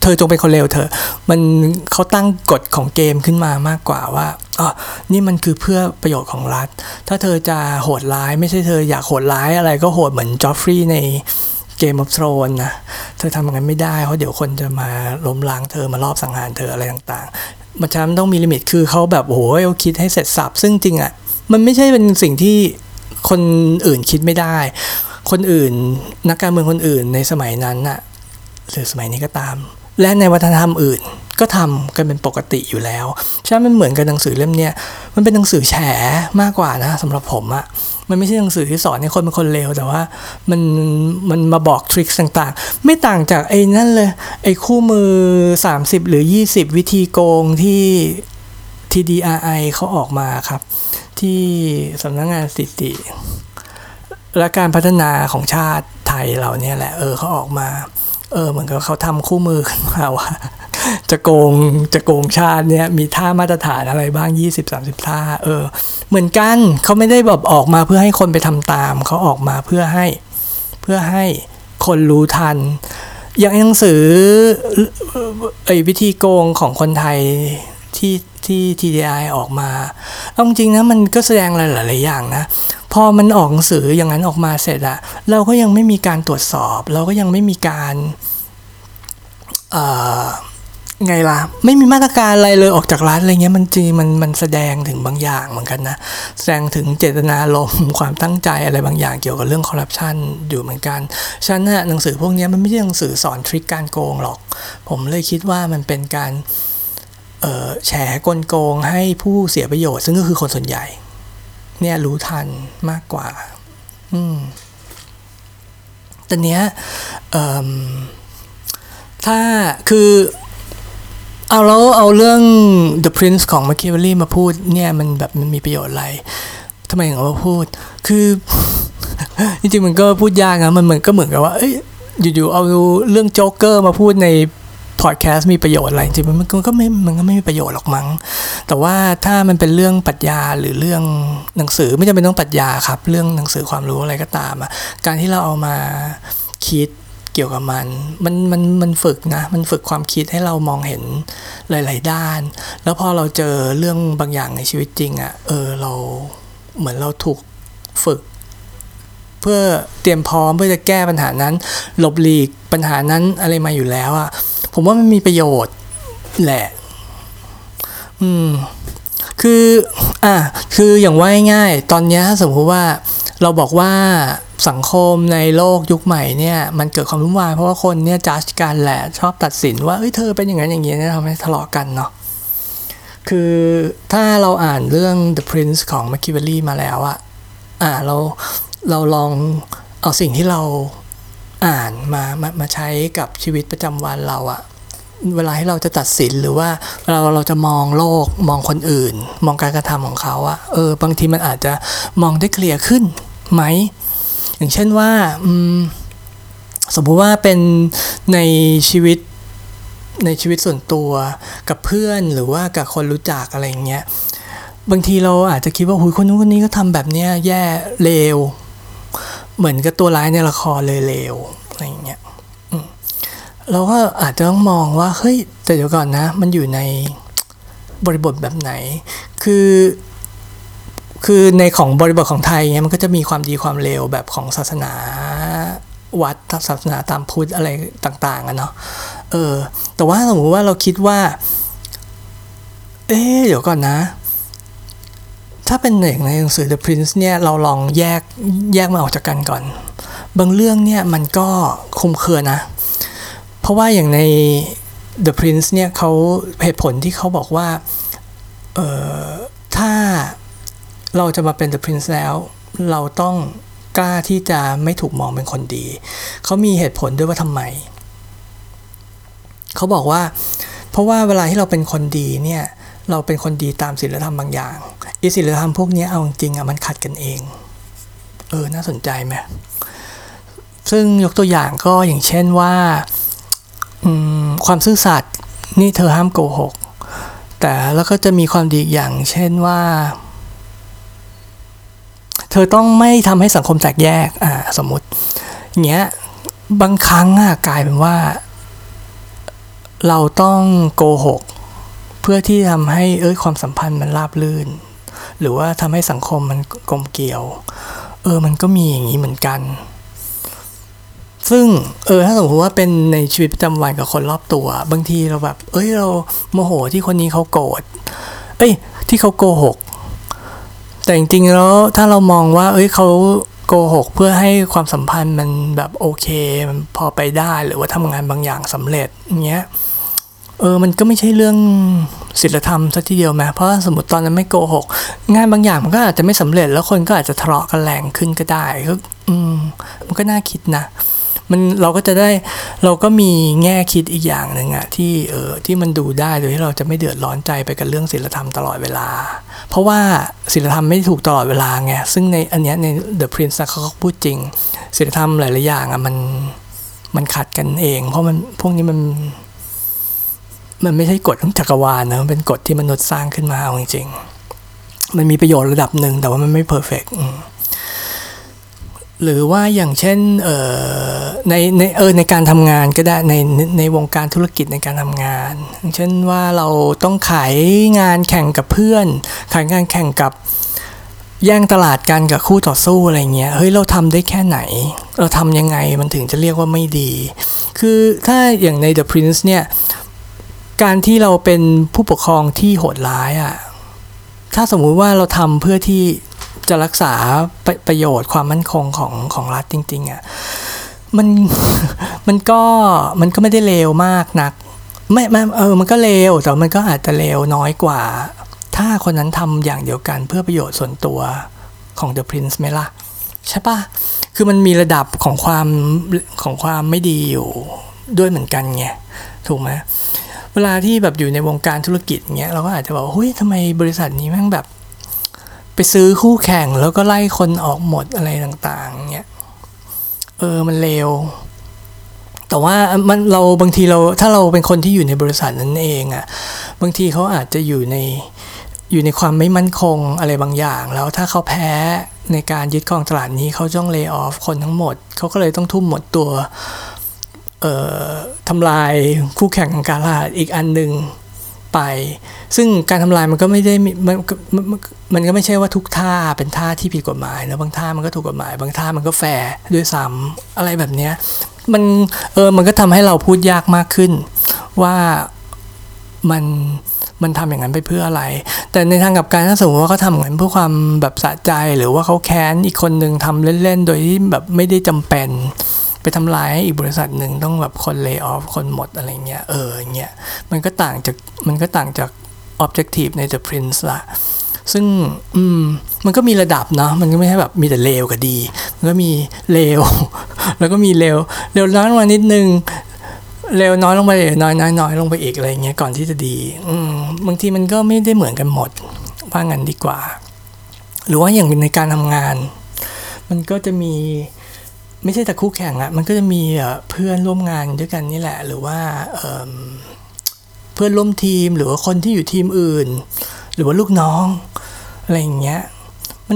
เธอจงเป็นคนเลวเธอมันเขาตั้งกฎของเกมขึ้นมามากกว่าว่าอ๋อนี่มันคือเพื่อประโยชน์ของรัฐถ้าเธอจะโหดร้ายไม่ใช่เธออยากโหดร้ายอะไรก็โหดเหมือนจอฟฟรีย์ในเกมออฟโธรนนะเธอทำอย่างนั้นไม่ได้เพราะเดี๋ยวคนจะมาล้มล้างเธอมารอบสังหารเธออะไรต่างๆมันจะต้องมีลิมิตคือเขาแบบโอ้โหเขาคิดให้เสร็จสับซึ่งจริงอ่ะมันไม่ใช่เป็นสิ่งที่คนอื่นคิดไม่ได้คนอื่นนักการเมืองคนอื่นในสมัยนั้นน่ะหรือสมัยนี้ก็ตามและในวัฒนธรรมอื่นก็ทำกันเป็นปกติอยู่แล้วฉะนั้นมันเหมือนกับหนังสือเล่มเนี้ยมันเป็นหนังสือแฉมากกว่านะสำหรับผมอะมันไม่ใช่หนังสือที่สอนให้คนเป็นคนเลวแต่ว่ามันมันมาบอกทริคต่างๆไม่ต่างจากไอ้นั่นเลยไอ้คู่มือสามสิบหรือยี่สิบวิธีโกงที่ ที ดี อาร์ ไอ เขาออกมาครับที่สำนักงานสถิติและการพัฒนาของชาติไทยเราเนี่ยแหละเออเขาออกมาเออเหมือนกับเขาทำคู่มือขึ้นมาว่าจะโกงจะโกงชาติเนี่ยมีท่ามาตรฐานอะไรบ้าง ยี่สิบ สามสิบ ท่าเออเหมือนกันเขาไม่ได้แบบออกมาเพื่อให้คนไปทำตามเขาออกมาเพื่อให้เพื่อให้คนรู้ทันอย่างหนังสือไอ้วิธีโกงของคนไทยที่ที่ ที ดี ไอ ออกมาเอาจริงๆนะมันก็แสดงอะไรหลายๆอย่างนะพอมันออกหนังสืออย่างนั้นออกมาเสร็จอะเราก็ยังไม่มีการตรวจสอบเราก็ยังไม่มีการเอ่อไงล่ะไม่มีมาตรการอะไรเลยออกจากร้านอะไรเงี้ยมันจริงมันมันแสดงถึงบางอย่างเหมือนกันนะแสดงถึงเจตนารมณ์ความตั้งใจอะไรบางอย่างเกี่ยวกับเรื่องคอร์รัปชันอยู่เหมือนกันฉะนั้นนะหนังสือพวกนี้มันไม่ใช่หนังสือสอนทริคการโกงหรอกผมเลยคิดว่ามันเป็นการเอ่อแฉกลโกงให้ผู้เสียประโยชน์ซึ่งก็คือคนส่วนใหญ่เนี่ยรู้ทันมากกว่าอืมแต่เนี้ยเอ่อถ้าคือเอาแล้วเอาเรื่อง The Prince ของ Machiavelli มาพูดเนี่ยมันแบบมันมีประโยชน์อะไรทำไมถึงเอามาพูดคือจริงๆมันก็พูดยากนะมันเหมือนก็เหมือนกับว่าเอ้ยอยู่ๆเอาเรื่องโจ๊กเกอร์มาพูดในพอดแคสต์มีประโยชน์อะไรจริงๆมันก็ไม่มันก็ไม่มีประโยชน์หรอกมั้งแต่ว่าถ้ามันเป็นเรื่องปรัชญาหรือเรื่องหนังสือไม่จำเป็นต้องปรัชญาครับเรื่องหนังสือความรู้อะไรก็ตามอ่ะการที่เราเอามาคิดเกี่ยวกับมันมันมันมันฝึกนะมันฝึกความคิดให้เรามองเห็นหลายๆด้านแล้วพอเราเจอเรื่องบางอย่างในชีวิตจริงอ่ะเออเราเหมือนเราถูกฝึกเพื่อเตรียมพร้อมเพื่อจะแก้ปัญหานั้นหลบหลีกปัญหานั้นอะไรมาอยู่แล้วอ่ะผมว่ามันมีประโยชน์แหละอืมคืออ่ะคืออย่างว่าง่ายๆตอนนี้สมมติว่าเราบอกว่าสังคมในโลกยุคใหม่เนี่ยมันเกิดความวุ่นวายเพราะว่าคนเนี่ยจัดกันแหละชอบตัดสินว่าเอ้ยเธอเป็นอย่างนั้นอย่างนี้เนี่ยทำให้ทะเลาะกันเนาะคือถ้าเราอ่านเรื่อง The Prince ของ Machiavelli มาแล้วอะอ่าเราเราลองเอาสิ่งที่เราอ่านมามามาใช้กับชีวิตประจำวันเราอะเวลาที่เราจะตัดสินหรือว่าเวลาเราจะมองโลกมองคนอื่นมองการกระทำของเขาอะเออบางทีมันอาจจะมองได้เคลียร์ขึ้นไหมอย่างเช่นว่าสมมุติว่าเป็นในชีวิตในชีวิตส่วนตัวกับเพื่อนหรือว่ากับคนรู้จักอะไรอย่างเงี้ยบางทีเราอาจจะคิดว่าหุยคนนู้นคนนี้ก็ทำแบบเนี้ยแย่เลวเหมือนกับตัวร้ายในละครเลยเลวอะไรอย่างเงี้ยเราก็อาจจะต้องมองว่าเฮ้ยแต่เดี๋ยวก่อนนะมันอยู่ในบริบทแบบไหนคือคือในของบริบทของไทยเนี่ยมันก็จะมีความดีความเลวแบบของศาสนาวัดศาสนาตามพุทธอะไรต่างๆอะเนาะเออแต่ว่าสมมติว่าเราคิดว่าเอ๊ะเดี๋ยวก่อนนะถ้าเป็นอย่างในหนังสือ The Prince เนี่ยเราลองแยกแยกมาออกจากกันก่อนบางเรื่องเนี่ยมันก็คลุมเครือนะเพราะว่าอย่างใน The Prince เนี่ยเขาเหตุผลที่เขาบอกว่าเอ่อถ้าเราจะมาเป็น The Prince แล้วเราต้องกล้าที่จะไม่ถูกมองเป็นคนดีเขามีเหตุผลด้วยว่าทำไมเขาบอกว่าเพราะว่าเวลาที่เราเป็นคนดีเนี่ยเราเป็นคนดีตามศีลธรรมบางอย่างอีศีลธรรมพวกนี้เอาจริงๆอ่ะมันขัดกันเองเออน่าสนใจไหมซึ่งยกตัวอย่างก็อย่างเช่นว่าความซื่อสัตย์นี่เธอห้ามโกหกแต่แล้วก็จะมีความดีอย่างเช่นว่าเธอต้องไม่ทำให้สังคมแตกแยกอ่าสมมติอย่างเงี้ยบางครั้งอ่ะกลายเป็นว่าเราต้องโกหกเพื่อที่ทำให้เอ้ยความสัมพันธ์มันราบรื่นหรือว่าทำให้สังคมมันกลมเกลียวเออมันก็มีอย่างนี้เหมือนกันซึ่งเออถ้าสมมติว่าเป็นในชีวิตประจำวันกับคนรอบตัวบางทีเราแบบเอ้ยเราโมโหที่คนนี้เขาโกรธเอ้ยที่เขาโกหกแต่จริงๆแล้วถ้าเรามองว่าเอ้ยเขาโกหกเพื่อให้ความสัมพันธ์มันแบบโอเคมันพอไปได้หรือว่าทำงานบางอย่างสำเร็จอย่างเงี้ยเออมันก็ไม่ใช่เรื่องศีลธรรมซะทีเดียวไหมเพราะสมมติตอนนั้นไม่โกหกงานบางอย่างมันก็อาจจะไม่สำเร็จแล้วคนก็อาจจะทะเลาะกันแรงขึ้นก็ได้ก็อืมมันก็น่าคิดนะมันเราก็จะได้เราก็มีแง่คิดอีกอย่างหนึ่งอะที่เออที่มันดูได้โดยที่เราจะไม่เดือดร้อนใจไปกับเรื่องศีลธรรมตลอดเวลาเพราะว่าศีลธรรมไม่ถูกตลอดเวลาไงซึ่งในอันเนี้ยใน The Prince เขาก็พูดจริงศีลธรรมหลายๆอย่างอะมันมันขัดกันเองเพราะมันพวกนี้มันมันไม่ใช่กฎของจักรวาลนะมันเป็นกฎที่มนุษย์สร้างขึ้นมาจริงๆมันมีประโยชน์ระดับหนึ่งแต่ว่ามันไม่เพอร์เฟกต์หรือว่าอย่างเช่นเอ่อในในเออในการทำงานก็ได้ในในวงการธุรกิจในการทำงานอย่างเช่นว่าเราต้องขายงานแข่งกับเพื่อนขายงานแข่งกับแย่งตลาดกันกับคู่ต่อสู้อะไรเงี้ยเฮ้ยเราทำได้แค่ไหนเราทำยังไงมันถึงจะเรียกว่าไม่ดีคือถ้าอย่างใน The Prince เนี่ยการที่เราเป็นผู้ปกครองที่โหดร้ายอ่ะถ้าสมมุติว่าเราทำเพื่อที่จะรักษาประประโยชน์ความมั่นคงของของรัฐจริงๆอ่ะมัน มันก็มันก็ไม่ได้เลวมากนักไม่ไม่เออมันก็เลวแต่มันก็อาจจะเลวน้อยกว่าถ้าคนนั้นทำอย่างเดียวกันเพื่อประโยชน์ส่วนตัวของ The Prince ไหมล่ะใช่ปะคือมันมีระดับของความของความไม่ดีอยู่ด้วยเหมือนกันไงถูกไหมเวลาที่แบบอยู่ในวงการธุรกิจเงี้ยเราก็อาจจะบอกเฮ้ยทำไมบริษัทนี้แม่งแบบไปซื้อคู่แข่งแล้วก็ไล่คนออกหมดอะไรต่างๆเงี้ยเออมันเลวแต่ว่ามันเราบางทีเราถ้าเราเป็นคนที่อยู่ในบริษัทนั้นเองอ่ะบางทีเขาอาจจะอยู่ในอยู่ในความไม่มั่นคงอะไรบางอย่างแล้วถ้าเขาแพ้ในการยึดครองตลาดนี้เขาต้องเลย์ออฟคนทั้งหมดเขาก็เลยต้องทุ่มหมดตัวเอ่อทำลายคู่แข่งทางการตลาดอีกอันหนึ่งไปซึ่งการทำลายมันก็ไม่ได้มันมันก็ไม่ใช่ว่าทุกท่าเป็นท่าที่ผิดกฎหมายนะบางท่ามันก็ถูกกฎหมายบางท่ามันก็แฟร์ด้วยซ้ำอะไรแบบเนี้ยมันเออมันก็ทำให้เราพูดยากมากขึ้นว่ามันมันทำอย่างนั้นไปเพื่ออะไรแต่ในทางกลับกันถ้าสมมติว่าเขาทำอย่างนั้นเพื่อความแบบสะใจหรือว่าเขาแค้นอีกคนนึงทำเล่นๆโดยที่แบบไม่ได้จำเป็นไปทำลายให้อีกบริษัทหนึ่งต้องแบบคนเลย์ออฟคนหมดอะไรเงี้ยเออเงี้ยมันก็ต่างจากมันก็ต่างจาก objective ใน The Prince ละซึ่งอืมมันก็มีระดับเนาะมันก็ไม่ใช่แบบมีแต่เลวกับดีมันก็มีเลว แล้วก็มีเลวเลวน้อยลงมานิดนึงเลวน้อยลงไปน้อยน้อยน้อยลงไปอีกอะไรเงี้ยก่อนที่จะดีอืมบางทีมันก็ไม่ได้เหมือนกันหมดว่างั้นดีกว่าหรือว่าอย่างในการทำงานมันก็จะมีไม่ใช่แต่คู่แข่งอะมันก็จะมีเพื่อนร่วมงานด้วยกันนี่แหละหรือว่า เ, เพื่อนร่วมทีมหรือว่าคนที่อยู่ทีมอื่นหรือว่าลูกน้องอะไรอย่างเงี้ยมัน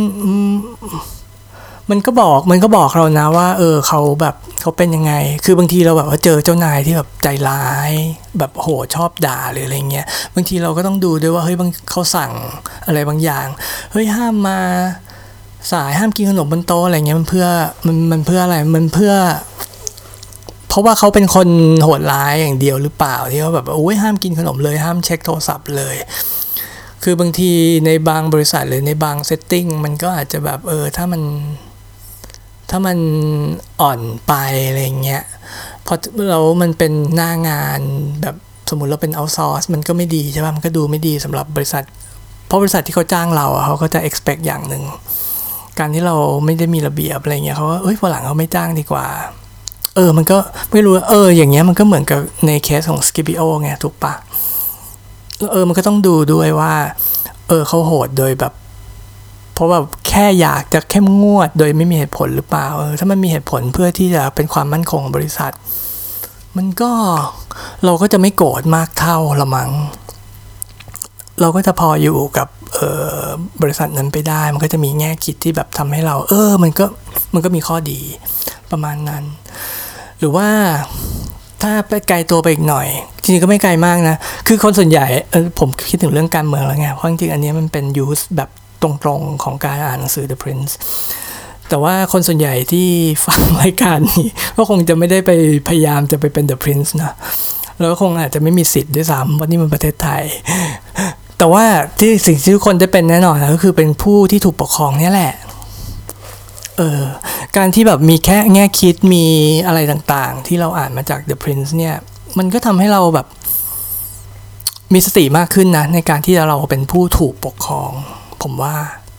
มันก็บอกมันก็บอกเรานะว่าเออเขาแบบเขาเป็นยังไงคือบางทีเราแบบว่าเจอเจ้านายที่แบบใจร้ายแบบโหชอบด่าหรืออะไรเงี้ยบางทีเราก็ต้องดูด้วยว่าเฮ้ยบางเขาสั่งอะไรบางอย่างเฮ้ยห้ามมาสายห้ามกินขนมบนโต๊ะอะไรเงี้ยมันเพื่อมันมันเพื่ออะไรมันเพื่อเพราะว่าเขาเป็นคนโหดร้ายอย่างเดียวหรือเปล่าที่เขาแบบโอ้ยห้ามกินขนมเลยห้ามเช็คโทรศัพท์เลยคือบางทีในบางบริษัทหรือในบางเซตติ้งมันก็อาจจะแบบเออถ้ามันถ้ามันอ่อนไปอะไรเงี้ยพอเรามันเป็นหน้างานแบบสมมุติเราเป็นเอาท์ซอร์สมันก็ไม่ดีใช่ป่ะมันก็ดูไม่ดีสำหรับบริษัทเพราะบริษัทที่เขาจ้างเราเขาก็จะ expect อย่างหนึ่งการที่เราไม่ได้มีระเบียบอะไรเงี้ยเขาว่าเอ้ยพอหลังเขาไม่จ้างดีกว่าเออมันก็ไม่รู้เอออย่างเงี้ยมันก็เหมือนกับในเคสของ Scipio ไงถูกปะเออมันก็ต้องดูด้วยว่าเออเขาโหดโดยแบบเพราะแบบแค่อยากจะเข้มงวดโดยไม่มีเหตุผลหรือเปล่าเออถ้ามันมีเหตุผลเพื่อที่จะเป็นความมั่นคงของบริษัทมันก็เราก็จะไม่โกรธมากเท่าละมั้งเราก็จะพออยู่กับเอ่อบริษัทนั้นไปได้มันก็จะมีแง่คิดที่แบบทำให้เราเออมันก็มันก็มีข้อดีประมาณนั้นหรือว่าถ้าไปไกลตัวไปอีกหน่อยจริงๆก็ไม่ไกลมากนะคือคนส่วนใหญ่เออผมคิดถึงเรื่องการเมืองแล้วไงเพราะจริงๆอันนี้มันเป็นยูสแบบตรงๆของการอ่านหนังสือ The Prince แต่ว่าคนส่วนใหญ่ที่ฟังรายการนี้ก็คงจะไม่ได้ไปพยายามจะไปเป็น The Prince นะแล้วคงอาจจะไม่มีสิทธิ์ด้วยซ้ำเพราะนี่มันประเทศไทยแต่ว่าที่สิ่งที่ทุกคนจะเป็นแน่นอนก็คือเป็นผู้ที่ถูกปกครองนี่แหละเออการที่แบบมีแค่แง่คิดมีอะไรต่างๆที่เราอ่านมาจาก The Prince เนี่ยมันก็ทำให้เราแบบมีสติมากขึ้นนะในการที่เราเป็นผู้ถูกปกครองผมว่า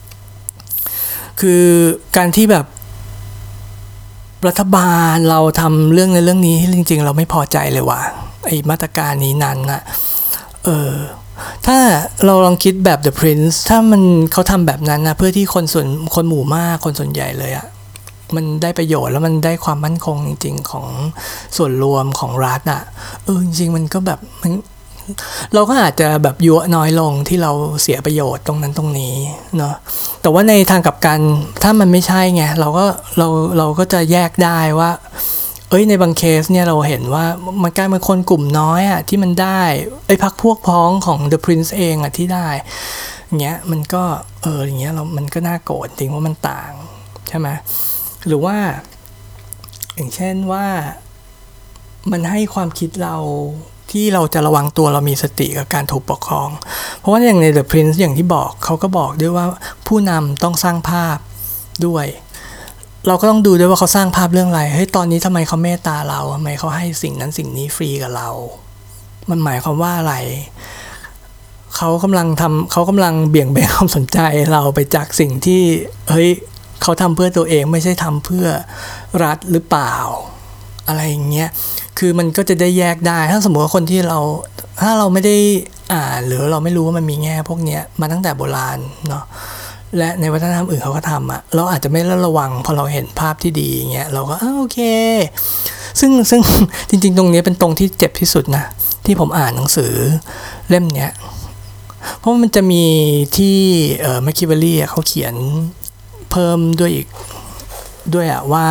คือการที่แบบรัฐบาลเราทำเรื่องในเรื่องนี้จริงๆเราไม่พอใจเลยว่ะไอ้มาตรการนี้นั้นนะเออถ้าเราลองคิดแบบ The Prince ถ้ามันเขาทำแบบนั้นนะเพื่อที่คนส่วนคนหมู่มากคนส่วนใหญ่เลยอะมันได้ประโยชน์แล้วมันได้ความมั่นคงจริงๆของส่วนรวมของรัฐอะเออจริงๆมันก็แบบมันเราก็อาจจะแบบยั่วน้อยลงที่เราเสียประโยชน์ตรงนั้นตรงนี้เนาะแต่ว่าในทางกลับกันถ้ามันไม่ใช่ไงเราก็เราเราก็จะแยกได้ว่าเอ้ยในบางเคสเนี่ยเราเห็นว่ามันกลายเป็นคนกลุ่มน้อยอะที่มันได้ไอ้พรรคพวกพ้องของ The Prince เองอะที่ได้เงี้ยมันก็เอออย่างเงี้ยเรามันก็น่าโกรธจริงว่ามันต่างใช่ไหมหรือว่าอย่างเช่นว่ามันให้ความคิดเราที่เราจะระวังตัวเรามีสติกับการถูกปกครองเพราะว่าอย่างใน The Prince อย่างที่บอกเขาก็บอกด้วยว่าผู้นำต้องสร้างภาพด้วยเราก็ต้องดูด้วยว่าเขาสร้างภาพเรื่องอะไรเฮ้ยตอนนี้ทำไมเขาเมตตาเราทำไมเขาให้สิ่งนั้นสิ่งนี้ฟรีกับเรามันหมายความว่าอะไรเขากำลังทำเขากำลังเบี่ยงเบนความสนใจเราไปจากสิ่งที่เฮ้ยเขาทำเพื่อตัวเองไม่ใช่ทำเพื่อรัฐหรือเปล่าอะไรอย่างเงี้ยคือมันก็จะได้แยกได้ถ้าสมมติว่าคนที่เราถ้าเราไม่ได้อ่านหรือเราไม่รู้ว่ามันมีแง่พวกเนี้ยมาตั้งแต่โบราณเนาะและในวัฒนธรรมอื่นเขาก็ทำอะเราอาจจะไม่ระวังพอเราเห็นภาพที่ดีอย่างเงี้ยเราก็อ้าวโอเคซึ่งซึ่งจริงๆตรงนี้เป็นตรงที่เจ็บที่สุดนะที่ผมอ่านหนังสือเล่มเนี้ยเพราะมันจะมีที่เอ่อแมคคิเวลลี่เขาเขียนเพิ่มด้วยอีกด้วยอะว่า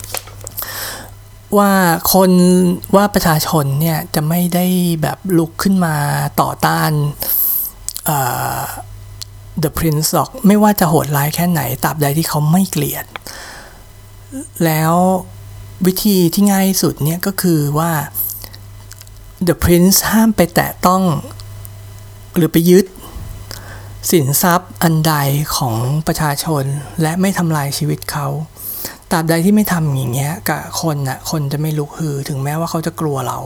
ว่าคนว่าประชาชนเนี่ยจะไม่ได้แบบลุกขึ้นมาต่อต้านเอ่อ The Prince หรอกไม่ว่าจะโหดร้ายแค่ไหนตราบใดที่เขาไม่เกลียดแล้ววิธีที่ง่ายที่สุดเนี่ยก็คือว่า The Prince ห้ามไปแตะต้องหรือไปยึดสินทรัพย์อันใดของประชาชนและไม่ทำลายชีวิตเขาตราบใดที่ไม่ทำอย่างเงี้ยกับคนน่ะคนจะไม่ลุกฮือถึงแม้ว่าเขาจะกลัวเรา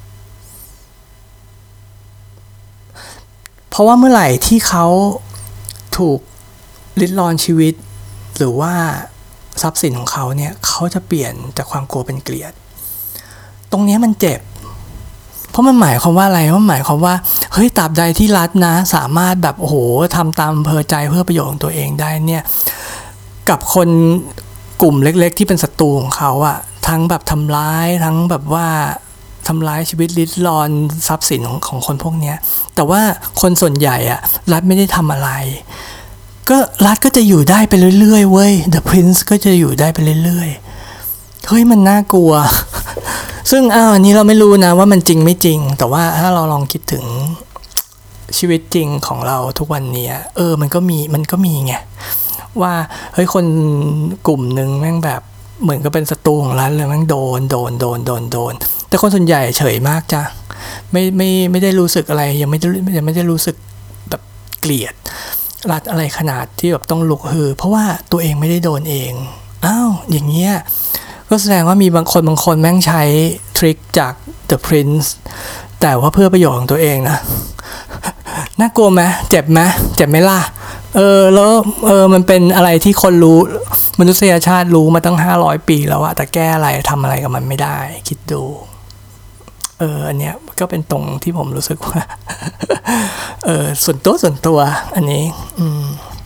เพราะว่าเมื่อไหร่ที่เขาถูกลิดรอนชีวิตหรือว่าทรัพย์สินของเขาเนี่ยเขาจะเปลี่ยนจากความกลัวเป็นเกลียดตรงนี้มันเจ็บเพราะมันหมายความว่าอะไรมันหมายความว่าเฮ้ยตราบใดที่รัฐนะสามารถแบบโอ้โหทำตามอำเภอใจเพื่อประโยชน์ของตัวเองได้เนี่ยกับคนกลุ่มเล็กๆที่เป็นศัตรูของเขาอะทั้งแบบทำร้ายทั้งแบบว่าทำร้ายชีวิตลิดรอนทรัพย์สินของของคนพวกนี้แต่ว่าคนส่วนใหญ่อะรัฐไม่ได้ทำอะไรก็รัฐก็จะอยู่ได้ไปเรื่อยๆเว้ย The Prince ก็จะอยู่ได้ไปเรื่อยๆเฮ้ยมันน่ากลัว ซึ่งอ้าวอันนี้เราไม่รู้นะว่ามันจริงไม่จริงแต่ว่าถ้าเราลองคิดถึงชีวิตจริงของเราทุกวันนี้เออมันก็มีมันก็มีไงว่าเฮ้ยคนกลุ่มหนึ่งแม่งแบบเหมือนกับเป็นศัตรูของรัฐเลยแม่งโดนโดนโดนโดนโดนแต่คนส่วนใหญ่เฉยมากจ้ะไม่ไม่ไม่ได้รู้สึกอะไรยังไม่ได้ยังไม่ได้รู้สึกแบบเกลียดรัฐอะไรขนาดที่แบบต้องลุกฮือเพราะว่าตัวเองไม่ได้โดนเองอ้าวอย่างเงี้ยก็แสดงว่ามีบางคนบางคนแม่งใช้ทริคจาก The Prince แต่ว่าเพื่อประโยชน์ของตัวเองนะน่ากลัวไหมเจ็บไหมเจ็บไหมล่ะเออแล้วเออมันเป็นอะไรที่คนรู้มนุษยชาติรู้มาตั้งห้าร้อยปีแล้วอะแต่แก้อะไรทำอะไรกับมันไม่ได้คิดดูเอออันเนี้ยก็เป็นตรงที่ผมรู้สึกว่าเออส่วนตัวส่วนตัวอันนี้อืม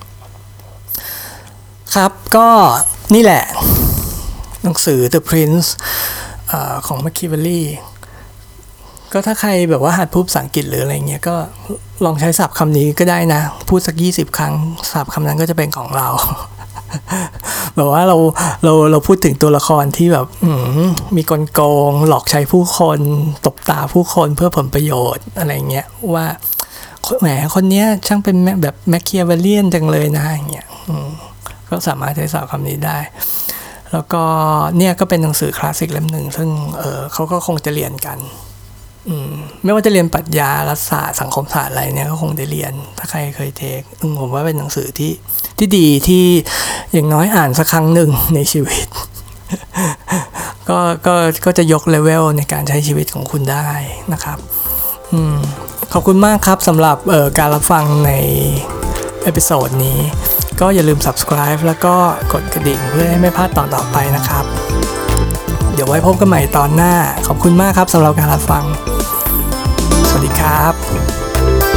ครับก็นี่แหละหนังสือ The Prince เอ่อของ Machiavelli ก็ถ้าใครแบบว่าหัดพูดภาษาอังกฤษหรืออะไรเงี้ยก็ลองใช้ศัพท์คำนี้ก็ได้นะพูดสักยี่สิบครั้งศัพท์คำนั้นก็จะเป็นของเราแบบว่าเราเราเราพูดถึงตัวละครที่แบบมีกลโกงหลอกใช้ผู้คนตบตาผู้คนเพื่อผลประโยชน์อะไรเงี้ยว่าแหมคนเนี้ยช่างเป็นแบบแมคเคียเวเลียนจังเลยนะอย่างเงี้ยก็สามารถใช้ศัพท์คำนี้ได้แล้วก็เนี่ยก็เป็นหนังสือคลาสสิกเล่มหนึ่งซึ่งเออเขาก็คงจะเรียนกันไม่ว่าจะเรียนปรัชญารัฐศาสตร์สังคมศาสตร์อะไรเนี่ยก็คงได้เรียนถ้าใครเคยเทคผมว่าเป็นหนังสือที่ที่ดีที่อย่างน้อยอ่านสักครั้งหนึ่งในชีวิต ก็ก็ก็จะยกเลเวลในการใช้ชีวิตของคุณได้นะครับอืมขอบคุณมากครับสำหรับเอ่อการรับฟังในเอพิโซดนี้ก็อย่าลืม subscribe แล้วก็กดกระดิ่งเพื่อให้ไม่พลาดตอนต่อไปนะครับเดี๋ยวไว้พบกันใหม่ตอนหน้าขอบคุณมากครับสำหรับการรับฟังสวัสดี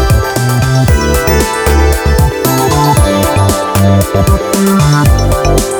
ครับ